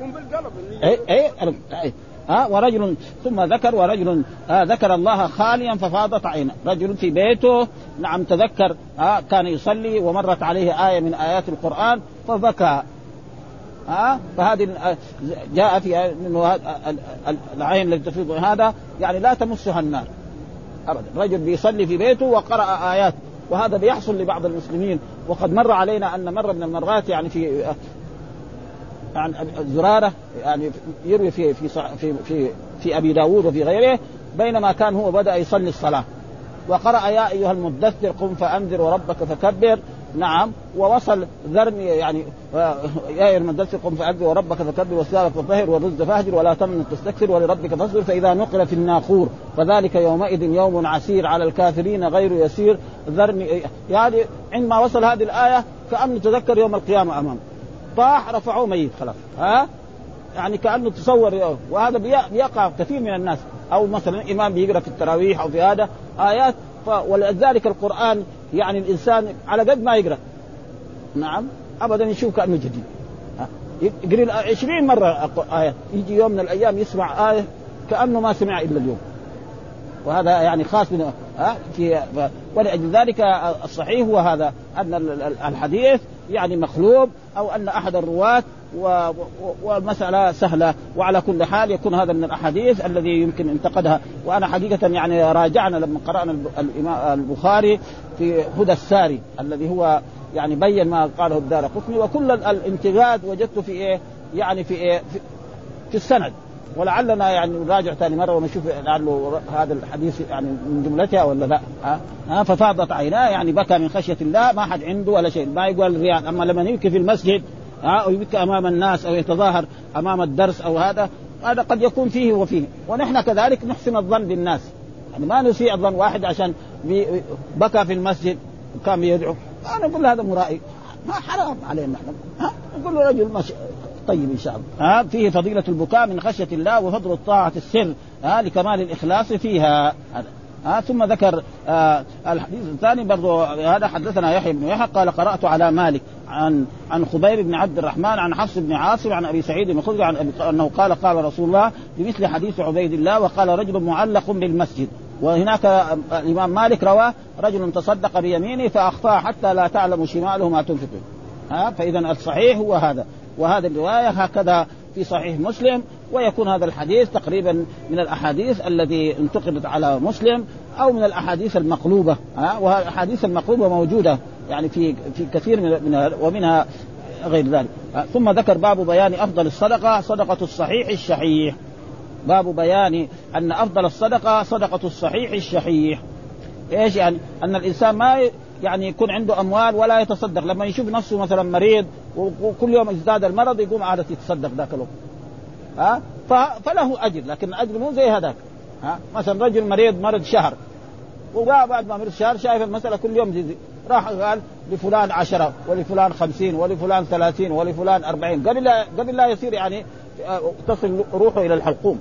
ورجل ثم ذكر ورجل ذكر الله خاليا ففاضت عينه. رجل في بيته تذكر كان يصلي ومرت عليه آية من آيات القرآن فبكى، فهذه جاء في العين التي تفيض هذا يعني لا تمسها النار أبدا. رجل بيصلي في بيته وقرأ آيات، وهذا بيحصل لبعض المسلمين. وقد مر علينا أن مرة من المرات يعني في عن زرارة يعني يروي في أبي داود وفي غيره، بينما كان هو بدأ يصلي الصلاة وقرأ: يا أيها المدثر قم فأنذر وربك فكبر نعم ووصل ذرني يعني يا أيها المدثر قم فأنذر وربك فكبر وثيابك فطهر والرجز فاهجر ولا تمنن تستكثر ولربك فاصبر فإذا نقر في الناقور فذلك يومئذ يوم عسير على الكافرين غير يسير ذرني. يعني عندما وصل هذه الآية كأنه تذكر يوم القيامة أمامه طاح رفعوه ميت خلاص يعني كأنه تصور. وهذا بيقع كثير من الناس أو مثلا إمام بيقرأ في التراويح أو في هذا آيات ولذلك القرآن يعني الإنسان على قد ما يقرأ نعم أبدا يشوف كأنه جديد يقرأ 20 مرة آية يجي يوم من الأيام يسمع آية كأنه ما سمع إلا اليوم. وهذا يعني خاص من ولأجل ذلك الصحيح هو هذا أن الحديث يعني مخلوب أو أن أحد الرواة والمسألة سهلة. وعلى كل حال يكون هذا من الأحاديث الذي يمكن انتقدها. وأنا حقيقة يعني راجعنا لما قرأنا البخاري في هدى الساري الذي هو يعني بين ما قاله الدارقطني وكل الانتقاد وجدته في إيه يعني في إيه في السند. ولعلنا يعني نراجع ثاني مرة ونشوف لعله هذا الحديث يعني من جملتها ولا لا. ففاضت عيناه يعني بكى من خشية الله ما حد عنده ولا شيء ما يقول رياء. أما لما يبكي في المسجد أو يبكي أمام الناس أو يتظاهر أمام الدرس أو هذا قد يكون فيه وفيه. ونحن كذلك نحسن الظن بالناس يعني ما نسيء الظن. واحد عشان بكى في المسجد وكان يدعو أنا أقول هذا مرائي ما حرام علينا نحن نقول له رجل طيب إن شاء الله. فيه فضيلة البكاء من خشية الله وفضل الطاعة السر لكمال الإخلاص فيها. ثم ذكر الحديث الثاني برضو هذا حدثنا يحيى بن يحيى قال قرأت على مالك عن خبيب بن عبد الرحمن عن حفص بن عاصم عن أبي سعيد الخدري عن أنه قال رسول الله بمثل حديث عبيد الله وقال رجل معلق بالمسجد. وهناك الإمام مالك رواه رجل تصدق بيمينه فأخفاها حتى لا تعلم شماله ما تنفق. فإذا الصحيح هو هذا. وهذا الرواية هكذا في صحيح مسلم. ويكون هذا الحديث تقريبا من الأحاديث الذي انتقدت على مسلم أو من الأحاديث المقلوبة. والأحاديث المقلوبة موجودة يعني في كثير من ومنها غير ذلك. ثم ذكر باب بيان أفضل الصدقة صدقة الصحيح الشحيح. باب بيان أن أفضل الصدقة صدقة الصحيح الشحيح. إيش يعني؟ أن الإنسان ما يعني يكون عنده أموال ولا يتصدق لما يشوف نفسه مثلا مريض وكل يوم ازداد المرض يقوم عادة يتصدق ذاك الوقت فله أجر. لكن الأجر مو زي هذاك. مثلا رجل مريض شهر وبعد ما مرض شهر شايف المسألة كل يوم زي راح قال لفلان 10 ولفلان 50 ولفلان 30 ولفلان 40 قبل لا يصير يعني تصل روحه إلى الحلقوم.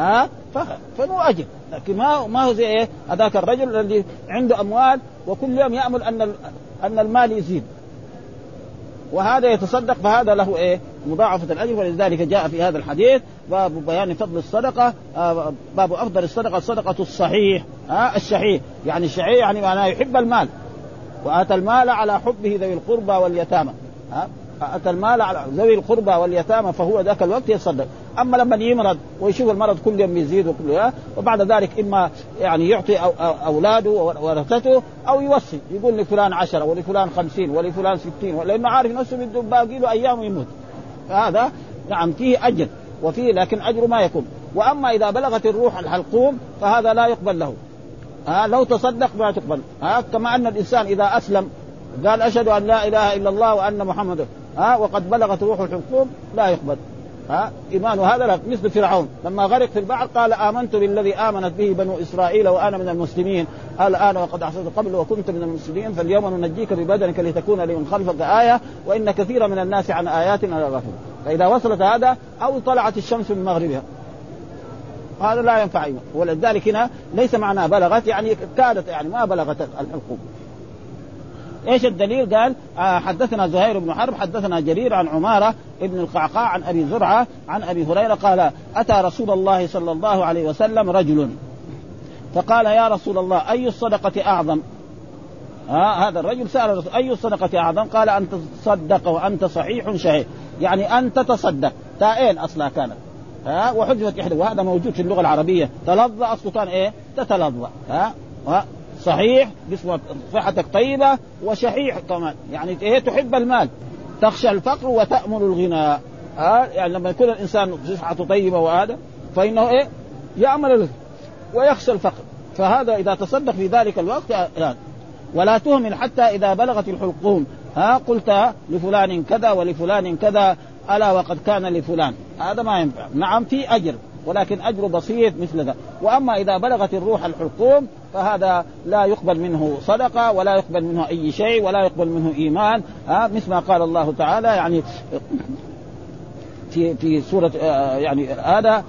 فمو أجر. لكن ما هو زي إيه هذاك الرجل الذي عنده أموال وكل يوم يأمل أن المال يزيد وهذا يتصدق فهذا له إيه مضاعفة الأجر. ولذلك جاء في هذا الحديث باب بيان فضل الصدقة باب أفضل الصدقة صدقة الصحيح الشحيح. يعني الشحيح يعني معناه يحب المال وآتى المال على حبه ذوي القربى واليتامى. أتى المال على ذوي القربى واليتامى فهو ذاك الوقت يتصدق. أما لما يمرض ويشوف المرض كل يوم يزيد وكل وبعد ذلك إما يعني يعطي أولاده ورثته أو يوصي يقول لفلان 10 ولفلان 50 ولفلان 60 لأنه عارف نفسه بده باقي له أيام ويموت. هذا نعم فيه أجر وفيه لكن أجر ما يكون. وأما إذا بلغت الروح الحلقوم فهذا لا يقبل له. لو تصدق ما تقبل. كما أن الإنسان إذا أسلم قال أشهد أن لا إله إلا الله وأن محمد وقد بلغت روح الحلقوم لا يقبل. إيمان هذا لا. مثل فرعون لما غرق في البحر قال آمنت بالذي آمنت به بنو إسرائيل وأنا من المسلمين الآن وقد أحسنت قبل وكنت من المسلمين فاليوم ننجيك ببدنك لتكون لمن خلفك آية وإن كثيرا من الناس عن آياتنا لغافلون. فإذا وصلت هذا أو طلعت الشمس من مغربها هذا لا ينفع إيمان. ولذلك هنا ليس معناه بلغت يعني كادت يعني ما بلغت الحلقوم. ايش الدليل؟ قال حدثنا زهير بن حرب حدثنا جرير عن عمارة ابن القعقاع عن أبي زرعة عن أبي هريرة قال أتى رسول الله صلى الله عليه وسلم رجل فقال يا رسول الله أي الصدقة أعظم؟ هذا الرجل سأل الرسول أي الصدقة أعظم؟ قال أن تصدق وأنت صحيح شهيد. يعني أن تتصدق تائين أصلا كانت وحذفت إحدى وهذا موجود في اللغة العربية. تلظى أصله كان إيه تتلظى. صحيح باسم صحتك طيبة وشحيح كمان يعني إيه تحب المال تخشى الفقر وتأمل الغنى. يعني لما يكون الإنسان صحته طيبة وهذا فإنه إيه يأمل ويخشى الفقر. فهذا إذا تصدق في ذلك الوقت ولا تهمل حتى إذا بلغت الحلقوم قلت لفلان كذا ولفلان كذا ألا وقد كان لفلان. هذا ما ينفع. نعم في أجر ولكن أجر بسيط مثل ذا. وأما إذا بلغت الروح الحلقوم فهذا لا يقبل منه صدقة ولا يقبل منه أي شيء ولا يقبل منه إيمان. مثل ما قال الله تعالى يعني في سورة يعني هذا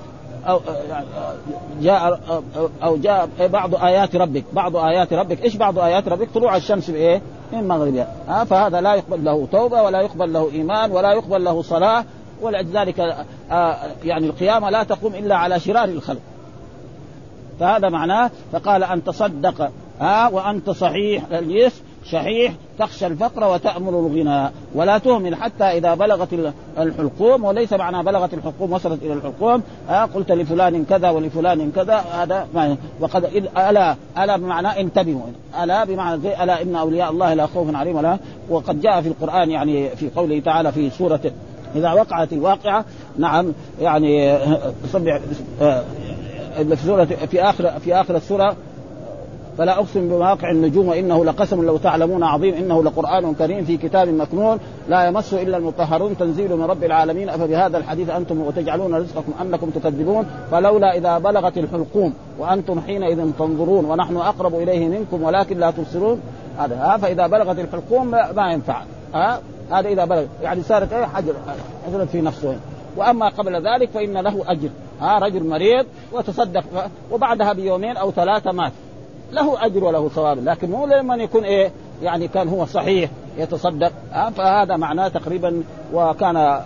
جاء بعض آيات ربك. بعض آيات ربك إيش بعض آيات ربك؟ طلوع الشمس بإيه من مغربها. فهذا لا يقبل له توبة ولا يقبل له إيمان ولا يقبل له صلاة. ولذلك يعني القيامة لا تقوم إلا على شرار الخلق. فهذا معناه. فقال أن تصدق وأنت صحيح شحيح تخشى الفقر وتأمل الغنى ولا تهمل حتى إذا بلغت الحلقوم. وليس معنى بلغت الحلقوم وصلت إلى الحلقوم قلت لفلان كذا ولفلان كذا. هذا وقد ألا بمعنى انتبهوا. ألا بمعنى زي ألا إن أولياء الله لا خوف عليهم ولا. وقد جاء في القرآن يعني في قوله تعالى في سورة إذا وقعت الواقعة. نعم يعني في آخر السورة فلا أقسم بمواقع النجوم وإنه لقسم لو تعلمون عظيم إنه لقرآن كريم في كتاب مكنون لا يمسه إلا المطهرون تنزيل من رب العالمين أفبهذا الحديث أنتم وتجعلون رزقكم أنكم تكذبون فلولا إذا بلغت الحلقوم وأنتم حينئذ تنظرون ونحن أقرب إليه منكم ولكن لا تبصرون. هذا فإذا بلغت الحلقوم ما ينفع. هذا إذا بلغ يعني صارت حجر في نفسه. وأما قبل ذلك فإن له أجر. رجل مريض وتصدق وبعدها بيومين أو 3 مات له أجر وله ثواب. لكن مو لما يكون يعني كان هو صحيح يتصدق. فهذا معناه تقريبا. وكان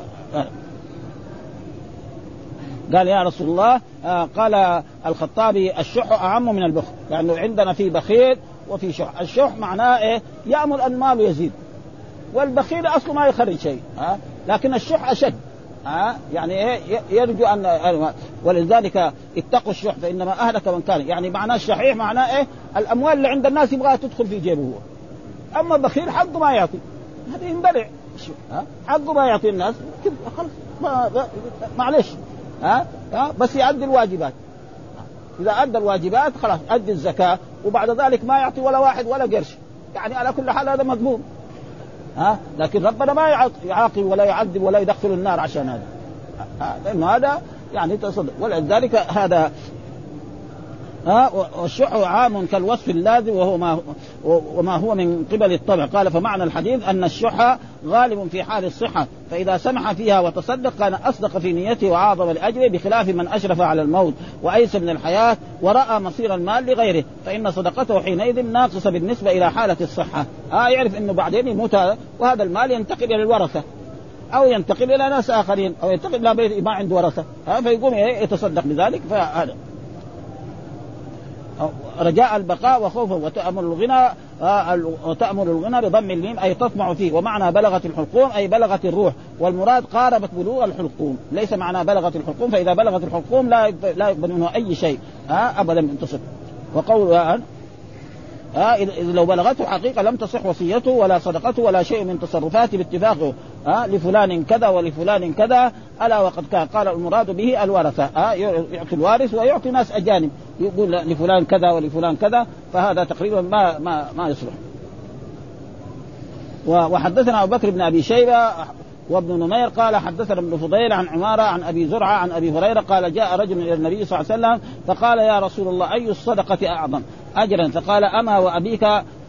قال يا رسول الله قال الخطابي الشح أعم من البخل لأنه عندنا في بخيل وفي شح. الشح معناه يأمل أن ماله يزيد والبخيل أصله ما يخرج شيء. لكن الشح أشد. يعني يرجو أن ولذلك اتقوا الشح فإنما أهلك من كان. يعني معناه الشحيح معناه الأموال اللي عند الناس يبغى تدخل في جيبه هو. أما بخيل حقه ما يعطي هذا ينبلع حقه ما يعطي الناس خلاص معلش بس يؤدي الواجبات. إذا أدى الواجبات خلاص أدي الزكاة وبعد ذلك ما يعطي ولا واحد ولا قرش. يعني على كل حال هذا مضمون. لكن ربنا ما يعاقب ولا يعذب ولا يدخل النار عشان هذا. لأنه هذا يعني تصدق. ولذلك هذا والشح عام كالوصف اللازم وما هو من قبل الطبع. قال فمعنى الحديث أن الشح غالب في حال الصحة فإذا سمح فيها وتصدق كان أصدق في نيته وعاظم لأجله بخلاف من أشرف على الموت وأيس من الحياة ورأى مصير المال لغيره فإن صدقته حينئذ ناقصة بالنسبة إلى حالة الصحة. يعرف أنه بعدين يموت وهذا المال ينتقل إلى الورثة أو ينتقل إلى ناس آخرين أو ينتقل إلى بيت ما عنده ورثة فيقوم يتصدق بذلك. فهذا رجاء البقاء وخوفه وتأمل الغنى بضم الميم أي تطمع فيه. ومعنى بلغت الحلقوم أي بلغت الروح والمراد قاربت بلوغ الحلقوم. ليس معنى بلغت الحلقوم فإذا بلغت الحلقوم لا يقبل منه أي شيء أبدا من تصدق. وقول إذ لو بلغته حقيقة لم تصح وصيته ولا صدقته ولا شيء من تصرفاته باتفاقه لفلان كذا ولفلان كذا ألا وقد كان. قال المراد به الورثة يعطي الوارث ويعطي ناس أجانب يقول لفلان كذا ولفلان كذا فهذا تقريبا ما يصلح. وحدثنا أبو بكر بن أبي شيبة وابن نمير قال حدثنا ابن فضيل عن عمارة عن أبي زرعة عن أبي هريرة قال جاء رجل إلى النبي صلى الله عليه وسلم فقال يا رسول الله أي الصدقة أعظم أجرا فقال أما وأبيك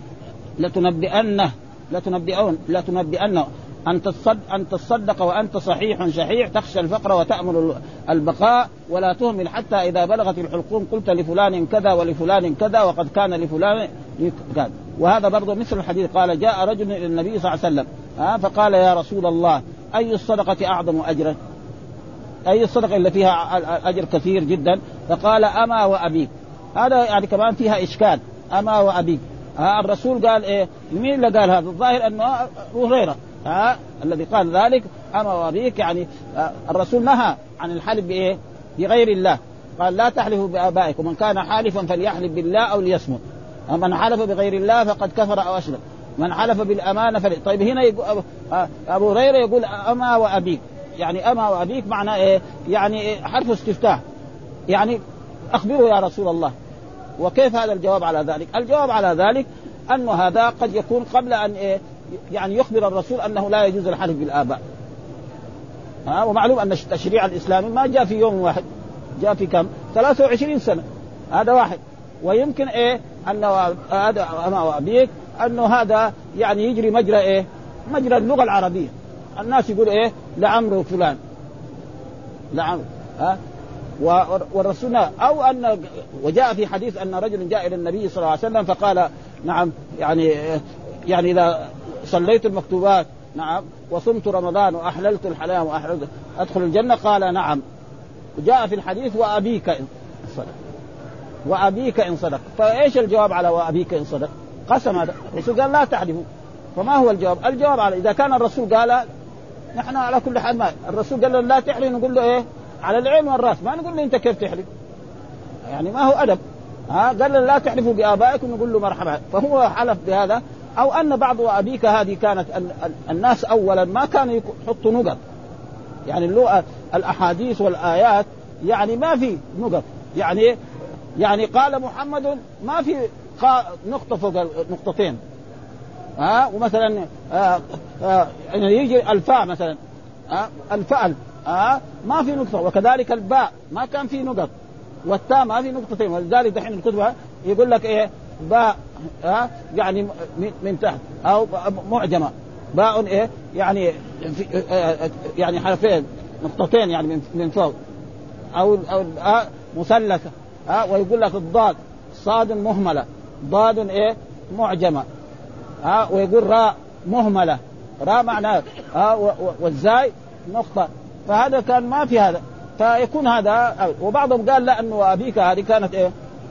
لتنبئن أن تصدق وأنت صحيح شحيح تخشى الفقر وتأمل البقاء ولا تهمل حتى إذا بلغت الحلقوم قلت لفلان كذا ولفلان كذا وقد كان لفلان كذا. وهذا برضو مثل الحديث قال جاء رجل إلى النبي صلى الله عليه وسلم فقال يا رسول الله أي الصدقة أعظم أجرا أي الصدقة اللي فيها أجر كثير جدا فقال أما وأبيك. هذا يعني كمان فيها إشكال أما وأبيك. الرسول قال مين اللي قال هذا؟ الظاهر أنه أبو هريرة الذي قال ذلك أما وأبيك. يعني الرسول نهى عن الحلف بغير الله قال لا تحلفوا بآبائكم ومن كان حالفا فليحلف بالله أو ليصمت. من حلف بغير الله فقد كفر أو أشرك من حلف بالأمانة طيب هنا أبو هريرة يقول أما وأبيك. يعني أما وأبيك معنى يعني حرف استفتاح يعني أخبره يا رسول الله. وكيف هذا الجواب على ذلك؟ الجواب على ذلك أنه هذا قد يكون قبل أن يعني يخبر الرسول أنه لا يجوز الحلف بالآباء. ومعلوم أن التشريع الإسلامي ما جاء في يوم واحد، جاء في كم 23 سنة، هذا واحد. ويمكن أنه هذا أما وأبيك أنه هذا يعني يجري مجرى مجرى اللغة العربية، الناس يقول لعمرو فلان لعمرو والرسول. أو أن وجاء في حديث أن رجل جاء إلى النبي صلى الله عليه وسلم فقال نعم يعني إذا صليت المكتوبات نعم وصمت رمضان وأحللت الحلال وأحللت أدخل الجنة، قال نعم. وجاء في الحديث وأبيك إن صدق، وأبيك إن صدق. فإيش الجواب على وأبيك إن صدق؟ قسم هذا الرسول قال لا تحلفوا. فما هو الجواب؟ الجواب على إذا كان الرسول قال نحن على كل حال ما الرسول قال له لا تحلف، نقول له على العين والراس، ما نقول له أنت كيف تحلف، يعني ما هو أدب. قال له لا تحلفوا بآبائكم نقول له مرحبا، فهو حلف بهذا. أو أن بعض وأبيك هذه كانت الناس أولا ما كانوا يحطوا نقط، يعني الأحاديث والآيات يعني ما في نقط، يعني قال محمد ما في نقطة فوق نقطتين. ومثلا يجي الفاء مثلا الفأل ما في نقطة، وكذلك الباء ما كان في نقط، والتاء ما في نقطتين. ولذلك دحين الكتب يقول لك باء يعني من تحت، أو معجمة باء يعني حرفين نقطتين يعني من فوق، أو مثلثة. ويقول لك الضاد صاد مهملة، ضاد معجمة. ويقول راء مهملة، راء معناه والزاي نقطة. فهذا كان ما في هذا، فيكون هذا. وبعضهم قال لا أنه أبيك هذه كانت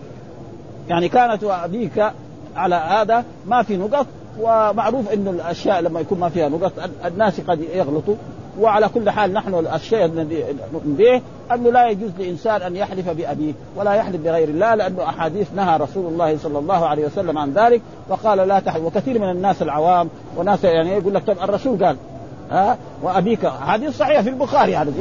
يعني كانت وأبيك على هذا ما في نقط. ومعروف إنه الأشياء لما يكون ما فيها نقط الناس قد يغلطوا. وعلى كل حال نحن الشيء الذي نؤمن به أنه لا يجوز لإنسان أن يحلف بأبيه ولا يحلف بغير الله، لأنه أحاديث نهى رسول الله صلى الله عليه وسلم عن ذلك وقال لا تحلف. وكثير من الناس العوام وناس يعني يقول لك طب الرسول قال وأبيك، حديث صحيح في البخاري هذا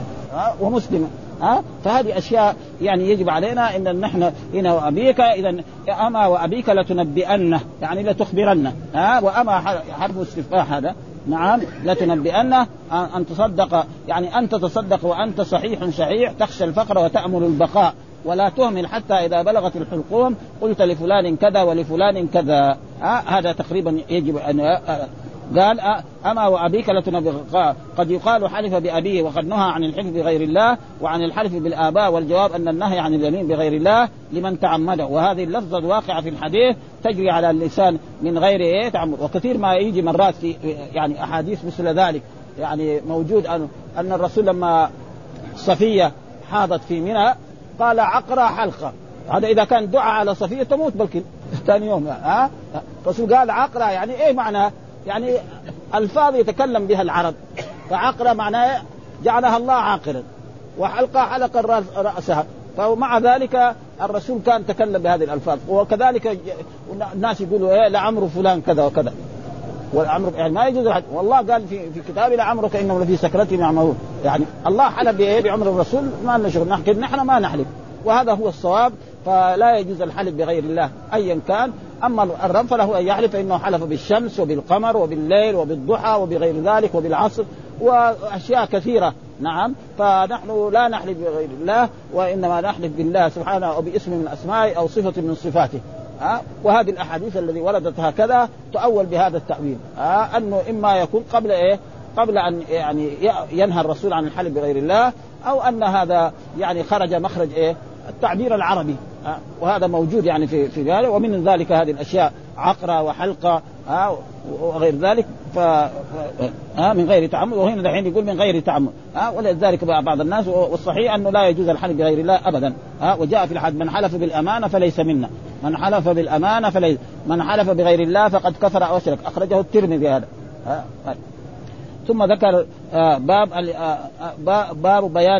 ومسلم. فهذه أشياء يعني يجب علينا إن نحن هنا وأبيك. إذا أما وأبيك لتنبئنه يعني لتخبرنه. وأما حرف استفهام هذا نعم لتنبئنه أن تصدق، يعني أن تتصدق وأنت صحيح شحيح تخشى الفقر وتأمل البقاء ولا تهمل حتى إذا بلغت الحلقوم قلت لفلان كذا ولفلان كذا. هذا تقريبا يجب أن قال أما وأبيك لتنبئ. قد يقال حلف بأبيه وقد نهى عن الحلف بغير الله وعن الحلف بالآباء، والجواب أن النهي عن اليمين بغير الله لمن تعمده. وهذه اللفظة الواقعة في الحديث تجري على اللسان من غير تعمد. وكثير ما يجي مرات في يعني أحاديث مثل ذلك، يعني موجود أن الرسول لما صفية حاضت في منى قال عقرى حلقة. هذا إذا كان دعاء على صفية تموت بلكن ثاني يوم. الرسول قال عقرى يعني إيه معناه؟ يعني الفاظ يتكلم بها العرب. فعقرة معناه جعلها الله عاقرا، وحلقة حلق رأسها. فمع ذلك الرسول كان تكلم بهذه الألفاظ. وكذلك الناس يقولوا لعمرو فلان كذا وكذا، والعمر يعني ما يجوز. والله قال في كتابه لعمرك إنهم لفي سكرتهم يعمهون، يعني الله حلف بعمر الرسول ما لنا شغل، نحن ما نحلف، وهذا هو الصواب. فلا يجوز الحلف بغير الله أيا كان. أما الرب فله أن يحلف فإنه حلف بالشمس وبالقمر وبالليل وبالضحى وبغير ذلك وبالعصر وأشياء كثيرة. نعم، فنحن لا نحلف بغير الله وإنما نحلف بالله سبحانه أو باسم من أسمائه أو صفة من صفاته. وهذه الأحاديث التي وردت هكذا تؤول بهذا التأويل، أنه إما يكون قبل أن يعني ينهى الرسول عن الحلف بغير الله، أو أن هذا يعني خرج مخرج التعبير العربي. وهذا موجود يعني في ذلك. ومن ذلك هذه الأشياء عقرة وحلقة وغير ذلك من غير تعمد. وهنا الحين يقول من غير تعمد. ولذلك بعض الناس، والصحيح أنه لا يجوز الحلف بغير الله أبدا. وجاء في الحديث من حلف بالأمانة فليس منا، من حلف بالأمانة فليس، من حلف بغير الله فقد كفر أو أشرك. أخرجه الترمذي هذا. ثم ذكر باب بيان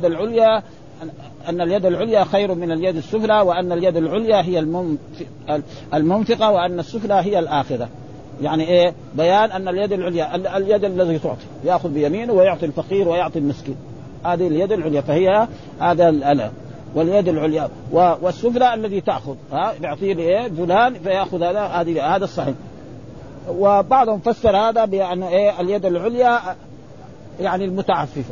أن اليد العليا خير من اليد السفلى، وأن اليد العليا هي المنفقة، وأن السفلى هي الآخذة. يعني بيان أن اليد العليا اليد الذي تعطي، يأخذ بيمينه ويعطي الفقير ويعطي المسكين، هذه اليد العليا. فهي هذا واليد العليا والسفلى الذي تأخذ يعطيه فلان فيأخذ هذا الصحيح. وبعضهم فسر هذا بأن اليد العليا يعني المتعففة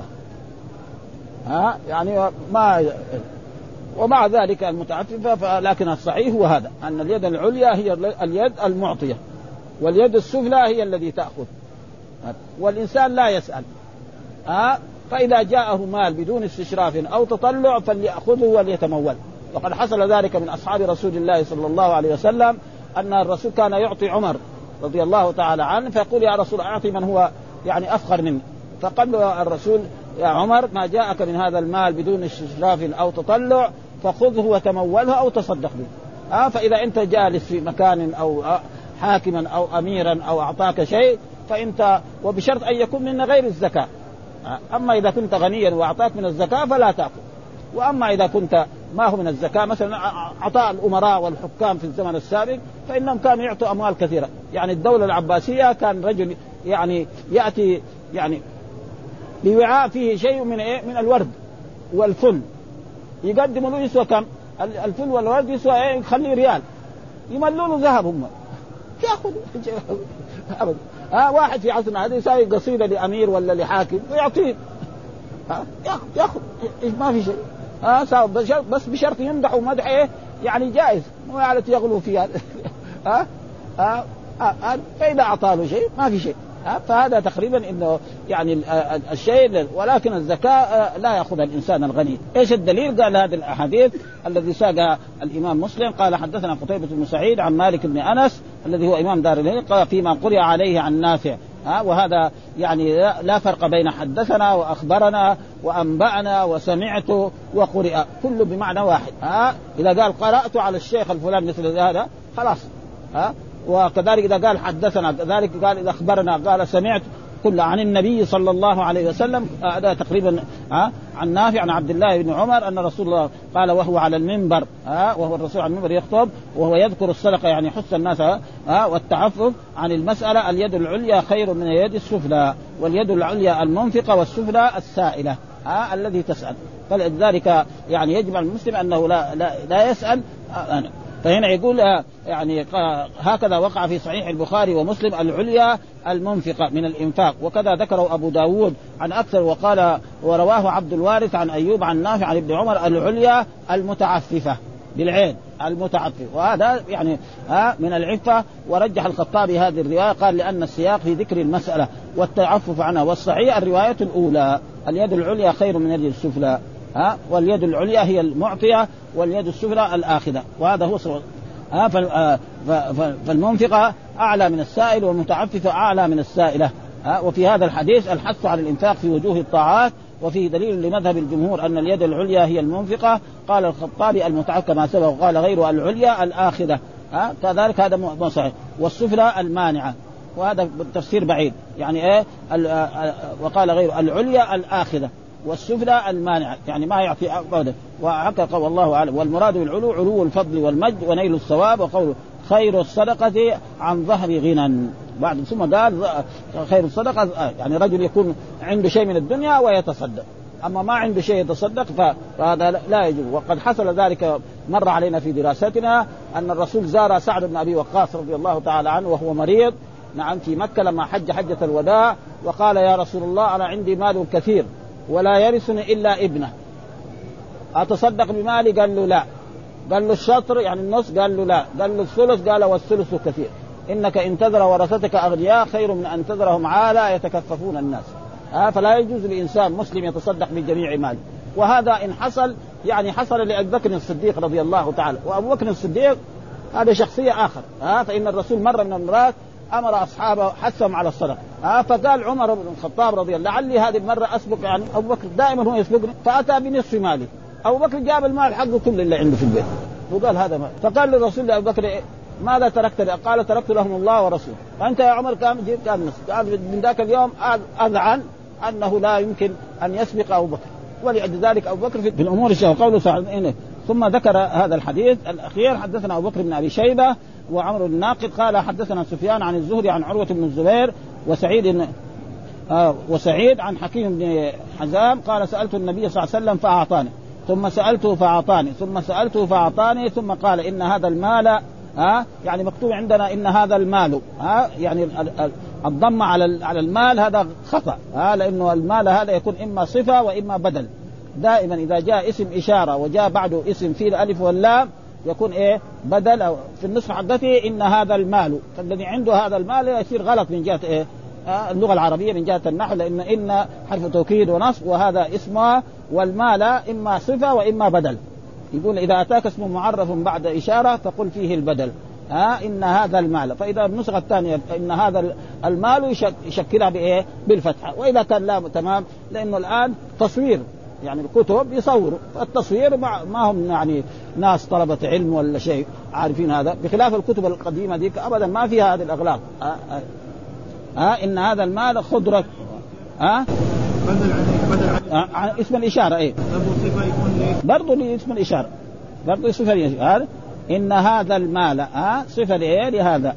يعني ما، ومع ذلك المتعففة، لكن الصحيح هو هذا أن اليد العليا هي اليد المعطية واليد السفلى هي الذي تأخذ. والإنسان لا يسأل فإذا جاءه مال بدون استشراف أو تطلع فليأخذه وليتمول. وقد حصل ذلك من أصحاب رسول الله صلى الله عليه وسلم أن الرسول كان يعطي عمر رضي الله تعالى عنه فيقول يا رسول أعطي من هو يعني أفخر مني، فقال له الرسول يا عمر ما جاءك من هذا المال بدون استشراف أو تطلع فخذه وتموله أو تصدق به. فإذا أنت جالس في مكان أو حاكما أو أميرا أو أعطاك شيء فأنت، وبشرط أن يكون من غير الزكاة. أما إذا كنت غنيا وأعطاك من الزكاة فلا تأخذ. وأما إذا كنت ما هو من الزكاة، مثلا عطاء الأمراء والحكام في الزمن السابق فإنهم كانوا يعطوا أموال كثيرة. يعني الدولة العباسية كان رجل يعني يأتي يعني بوعاء فيه شيء من الورد والفل، يقدم له يسوى كم؟ الفل والورد يسوى يخليه ريال، يملوا له ذهب هم يأخذ أبدا. واحد في عصرنا هذا يساوي قصيدة لأمير ولا لحاكم ويعطيه يأخذ ما في شيء. بس بشرط يمدح ومدح يعني جائز، مو على يغلو فيها فإذا أعطاه له شيء ما في شيء. فهذا تقريبا إنه يعني الشيء. ولكن الزكاة لا يأخذ الإنسان الغني. إيش الدليل؟ قال هذه الأحاديث الذي ساق الإمام مسلم قال حدثنا قتيبة بن سعيد عن مالك بن أنس الذي هو إمام دار الهجرة قال فيما قرئ عليه عن نافع. وهذا يعني لا فرق بين حدثنا وأخبرنا وأنبأنا وسمعت وقرئ، كله بمعنى واحد. إذا قال قرأت على الشيخ الفلان مثل هذا خلاص. وكذلك إذا قال حدثنا، كذلك قال إذا أخبرنا قال سمعت، كل عن النبي صلى الله عليه وسلم. هذا تقريبا عن نافع عن عبد الله بن عمر أن رسول الله قال وهو على المنبر، وهو الرسول على المنبر يخطب وهو يذكر الصدقة يعني حث الناس والتعفف عن المسألة. اليد العليا خير من اليد السفلى، واليد العليا المنفقة والسفلى السائلة الذي تسأل. فلذلك يعني يجب على المسلم أنه لا يسأل. فهنا يقول يعني هكذا وقع في صحيح البخاري ومسلم العليا المنفقة من الإنفاق، وكذا ذكره أبو داود عن أكثر. وقال ورواه عبد الوارث عن أيوب عن نافع عن ابن عمر العليا المتعففة بالعين المتعفف، وهذا يعني من العفة. ورجح الخطابي هذه الرواية قال لأن السياق في ذكر المسألة والتعفف عنها، والصحيح الرواية الأولى اليد العليا خير من اليد السفلى، واليد العليا هي المعطية واليد السفلى الآخذة، وهذا هو صور. فالمنفقة أعلى من السائل والمتعففة أعلى من السائلة. وفي هذا الحديث الحث على الإنفاق في وجوه الطاعات، وفيه دليل لمذهب الجمهور أن اليد العليا هي المنفقة. قال الخطابي المتعففة كما سبق، وقال غيره العليا الآخذة، كذلك هذا مو صحيح. والسفلى المانعة، وهذا تفسير بعيد يعني وقال غيره العليا الآخذة والسفلى المانعة، يعني ما يعطي أبدا. وحقق والله أعلم. والمراد بالعلو علو الفضل والمجد ونيل الثواب. وقوله خير الصدقة عن ظهر غنى، بعد ثم قال خير الصدقة يعني رجل يكون عنده شيء من الدنيا ويتصدق، أما ما عنده شيء يتصدق فهذا لا يجوز. وقد حصل ذلك مر علينا في دراستنا أن الرسول زار سعد بن أبي وقاص رضي الله تعالى عنه وهو مريض في مكة لما حج حجة الوداع، وقال يا رسول الله أنا عندي مال كثير ولا يرثني إلا ابنه، أتصدق بمالي؟ قال له لا. قال له الشطر يعني النص؟ قال له لا. قال له الثلث؟ قال والثلث كثير، إنك إن تذر ورثتك أغنياء خير من أن تذرهم عالى يتكففون الناس. فلا يجوز لإنسان مسلم يتصدق بجميع ماله. وهذا إن حصل يعني حصل لأبي بكر الصديق رضي الله تعالى. وأبو بكر الصديق هذا شخصية آخر. فإن الرسول مرة من المرات أمر أصحابه حثهم على الصدقة، فقال عمر بن الخطاب رضي الله لعلي هذه المرة أسبق، يعني أبو بكر دائما هو يسبقني، فأتى بنصف مالي. أبو بكر جاب المال حقه كله اللي عنده في البيت وقال هذا مال. فقال للرسول لأبو بكر ماذا تركت لي؟ قال تركت لهم الله ورسوله. فأنت يا عمر كم جبت؟ قال نصف. قال من ذاك اليوم أذعن أنه لا يمكن أن يسبق أبو بكر، ولذلك أبو بكر في الأمور قوله تعالى. ثم ذكر هذا الحديث الأخير حدثنا أبو بكر بن أبي شيبة وعمر الناقد قال حدثنا سفيان عن الزهري عن عروة بن الزبير وسعيد عن حكيم بن حزام قال سألت النبي صلى الله عليه وسلم فأعطاني. ثم سألته فأعطاني ثم سألته فأعطاني ثم قال إن هذا المال يعني مكتوب عندنا إن هذا المال يعني الضم على المال هذا خطأ لأنه المال هذا يكون إما صفة وإما بدل. دائما إذا جاء اسم إشارة وجاء بعده اسم فيه الألف واللام يكون بدل. أو في النسخة حقته إن هذا المال، فالذي عنده هذا المال يصير غلط من جهة اللغة العربية من جهة النحو، لأن إن حرف توكيد ونصب وهذا اسمها، والمال إما صفة وإما بدل. يقول إذا أتاك اسم معرف بعد إشارة فقل فيه البدل إن هذا المال. فإذا النسخة الثانية إن هذا المال يشكلها بالفتحة. وإذا كان لا تمام، لأنه الآن تصوير يعني الكتب يصوروا، التصوير ما هم يعني ناس طلبة علم ولا شيء عارفين هذا، بخلاف الكتب القديمة ديك أبدا ما فيها هذه الأغلاط. إن هذا المال خضرة بدل اسم الإشارة برضو لي اسم الإشارة برضو صفة الإشارة. إن هذا المال صفة لهذا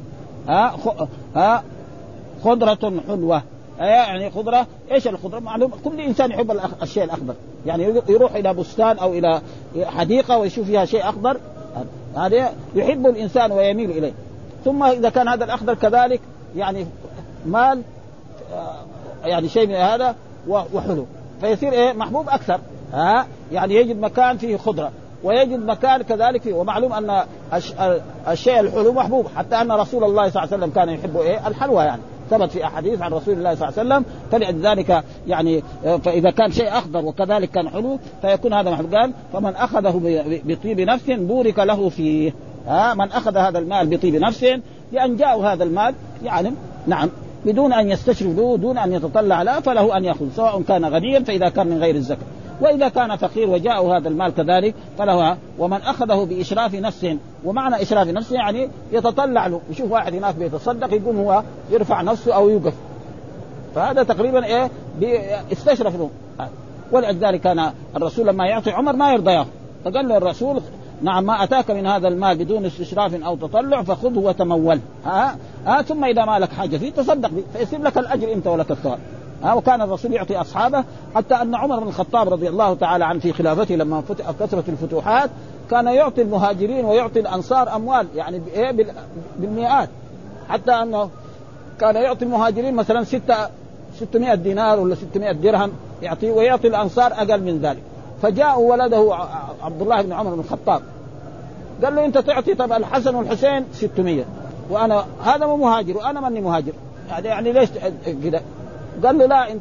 خضرة حلوة. يعني خضرة، إيش الخضرة؟ معلوم كل إنسان يحب الشيء الأخضر، يعني يروح إلى بستان أو إلى حديقة ويشوف فيها شيء أخضر، هذا يحب الإنسان ويميل إليه. ثم إذا كان هذا الأخضر كذلك يعني مال يعني شيء من هذا وحلو، فيصير محبوب أكثر. يعني يجد مكان فيه خضرة ويجد مكان كذلك فيه. ومعلوم أن الشيء الحلو محبوب، حتى أن رسول الله صلى الله عليه وسلم كان يحب الحلوى، يعني ثبت في أحاديث عن رسول الله صلى الله عليه وسلم. فلذلك يعني فإذا كان شيء أخضر وكذلك كان حلو فيكون هذا محبوب. قال فمن أخذه بطيب نفس بورك له فيه. من أخذ هذا المال بطيب نفس، لأن جاءه هذا المال يعني نعم بدون أن يستشرف له، دون أن يتطلع له، فله أن يأخذ، سواء كان غنيا فإذا كان من غير الزكاة، وإذا كان فقير وجاءه هذا المال كذلك فله. ومن أخذه بإشراف نفسه، ومعنى إشراف نفسه يعني يتطلع له، يشوف واحد هناك بيتصدق يقوم هو يرفع نفسه أو يوقف، فهذا تقريبا استشرف له. ولذلك كان الرسول لما يعطي عمر ما يرضى ياخذ، فقال له الرسول نعم ما أتاك من هذا المال بدون استشراف أو تطلع فخذه وتمول، ثم إذا ما لك حاجة فيه تصدق به فيصير لك الأجر أنت ولك الثواب. وكان الرسول يعطي أصحابه، حتى أن عمر بن الخطاب رضي الله تعالى عنه في خلافته لما كثرت الفتوحات كان يعطي المهاجرين ويعطي الأنصار أموال يعني بالمئات، حتى أنه كان يعطي المهاجرين مثلا 600 دينار ولا 600 درهم يعطيه، ويعطي الأنصار أقل من ذلك. فجاء ولده عبد الله بن عمر بن الخطاب قال له أنت تعطي طبعا الحسن والحسين 600 وأنا هذا مو مهاجر وأنا ماني مهاجر، يعني ليش كده؟ قال له لا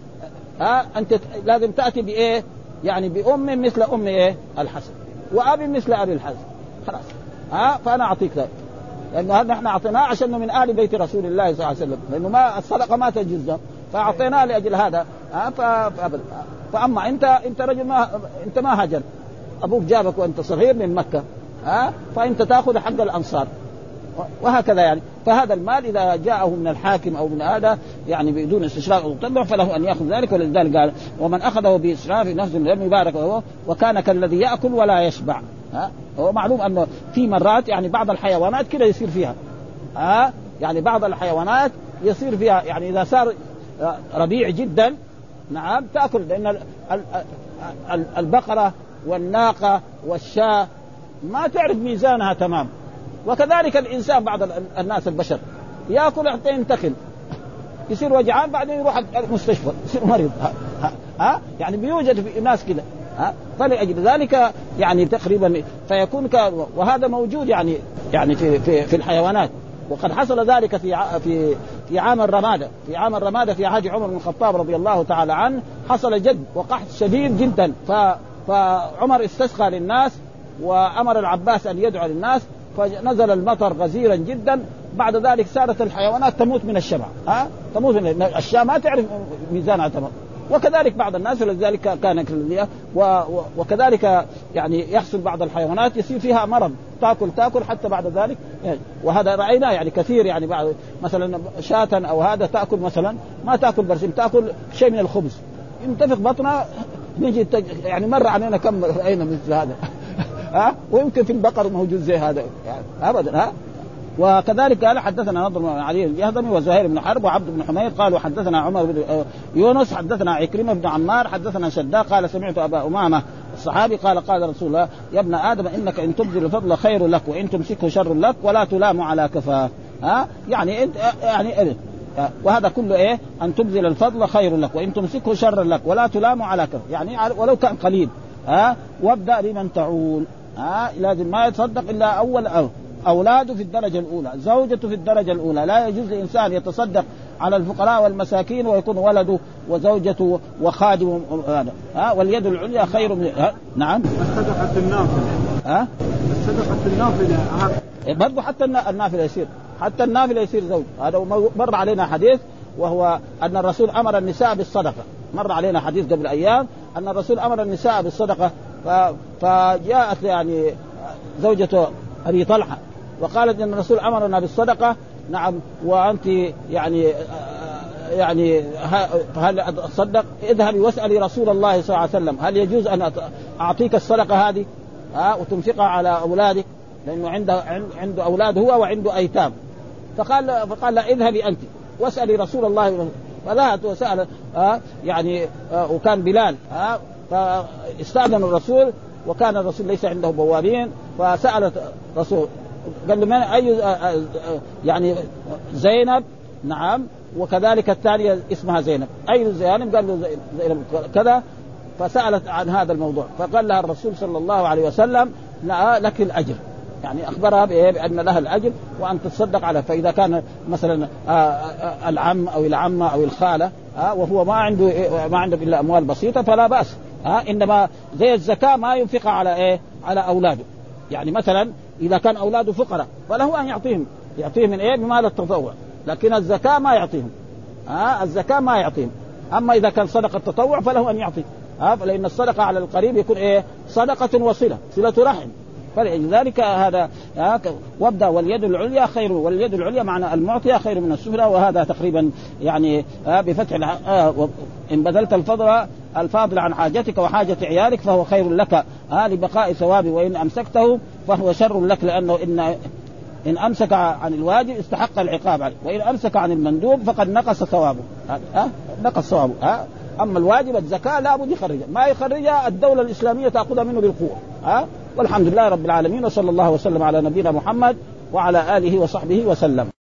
أنت لازم تأتي يعني بأم مثل أم الحسن وأبي مثل أبي الحسن، خلاص فأنا أعطيك ذلك، لأن هذا نحن أعطيناه عشان من آل بيت رسول الله صلى الله عليه وسلم، لأنه ما الصدقة ما تجوز فأعطيناه لأجل هذا. فأما أنت رجل أنت ما هاجر، أبوك جابك وأنت صغير من مكة فأنت تأخذ حق الأنصار وهكذا يعني. فهذا المال إذا جاءه من الحاكم أو من هذا يعني بدون استشراف أو تطلع فله أن يأخذ ذلك. ولذلك قال ومن أخذه بإسراف نفسه لم يبارك له وكان كالذي يأكل ولا يشبع. هو معلوم أنه في مرات يعني بعض الحيوانات كده يصير فيها يعني بعض الحيوانات يصير فيها يعني إذا صار ربيع جدا نعم تأكل، لأن البقرة والناقة والشاة ما تعرف ميزانها تمام. وكذلك الإنسان بعض الناس البشر يأكل حتى ينتخل يصير وجعان بعدين يروح المستشفى يصير مريض يعني بيوجد في ناس كده فلأجل ذلك يعني تقريبا فيكون وهذا موجود يعني في الحيوانات. وقد حصل ذلك في عام الرمادة، في عام الرمادة في عهد عمر بن الخطاب رضي الله تعالى عنه حصل جد وقحط شديد جدا، فعمر استسقى للناس وأمر العباس أن يدعو للناس، فنزل المطر غزيرا جدا. بعد ذلك صارت الحيوانات تموت من الشبع تموت من الأشياء ما تعرف ميزانها تمام. وكذلك بعض الناس لذلك كان وكذلك يعني يحصل بعض الحيوانات يصير فيها مرض تأكل حتى بعد ذلك وهذا رأيناه يعني كثير يعني بعض مثلا شاة أو هذا تأكل مثلا ما تأكل برسيم تأكل شيء من الخبز ينتفخ بطنها نيجي يعني مر علينا كم رأينا مثل هذا ويمكن في البقر موجود زي هذا يعني أبدا وكذلك قال حدثنا نضر بن علي الجهضمي وزهير بن حرب وعبد بن حميد قالوا حدثنا عمر بن يونس حدثنا عكرمة بن عمار حدثنا شداد قال سمعت أبا أمامة الصحابي قال قال رسول الله يا ابن آدم إنك إن تبذل الفضل خير لك وإن تمسكه شر لك ولا تلام على كفاه. يعني أنت يعني وهذا كله إيه أن تبذل الفضل خير لك وإن تمسكه شر لك ولا تلام على كفاه، يعني ولو كان قليل. وابدأ لمن تعول. لازم ما يتصدق إلا أول أولاده في الدرجة الأولى، زوجته في الدرجة الأولى. لا يجوز لإنسان يتصدق على الفقراء والمساكين ويكون ولده وزوجته وخادم واليد العليا خير من نعم. الصدقة النافلة الصدقة النافلة برضو حتى النافلة يصير، حتى النافلة يصير زوج. هذا مر علينا حديث وهو أن الرسول أمر النساء بالصدقة. مر علينا حديث قبل أيام أن الرسول أمر النساء بالصدقة، فجاءت يعني زوجته أبي طلحة وقالت إن الرسول أمرنا بالصدقة. نعم وأنت يعني هل أتصدق؟ اذهبي واسألي رسول الله صلى الله عليه وسلم هل يجوز أن أعطيك الصدقة هذه وتنفقها على أولادك، لأنه عنده أولاد هو وعنده أيتام. فقال لا اذهبي أنت واسألي رسول الله. فذهبت وسأل يعني وكان بلال فاستأذن الرسول وكان الرسول ليس عنده بوابين، فسألت الرسول قال له من أي يعني زينب. نعم وكذلك الثانية اسمها زينب، أي زينب؟ قال له زينب كذا. فسألت عن هذا الموضوع فقال لها الرسول صلى الله عليه وسلم لك الأجر، يعني أخبرها بأن لها الأجر وأن تتصدق على. فإذا كان مثلا العم أو العمة أو الخالة وهو ما عنده إلا أموال بسيطة فلا بأس. إنما زي الزكاة ما ينفق على على أولاده. يعني مثلا إذا كان أولاده فقراء فله أن يعطيهم من بمال التطوع، لكن الزكاة ما يعطيهم. الزكاة ما يعطيهم. أما إذا كان صدقة التطوع فله أن يعطي. لأن الصدقة على القريب يكون صدقة وصلة، صلة رحم. فلذلك هذا وابدأ واليد العليا خير، واليد العليا معنى المعطية خير من السفلى. وهذا تقريبا يعني بفتح إن بذلت الفاضل عن حاجتك وحاجة عيالك فهو خير لك لبقاء ثوابه، وإن أمسكته فهو شر لك لأنه إن أمسك عن الواجب استحق العقاب عليه، وإن أمسك عن المندوب فقد نقص ثوابه. نقص ثوابه. أما الواجب الزكاة لا بد يخرجها، ما يخرجها الدولة الإسلامية تأخذها منه بالقوة. والحمد لله رب العالمين، وصلى الله وسلم على نبينا محمد وعلى آله وصحبه وسلم.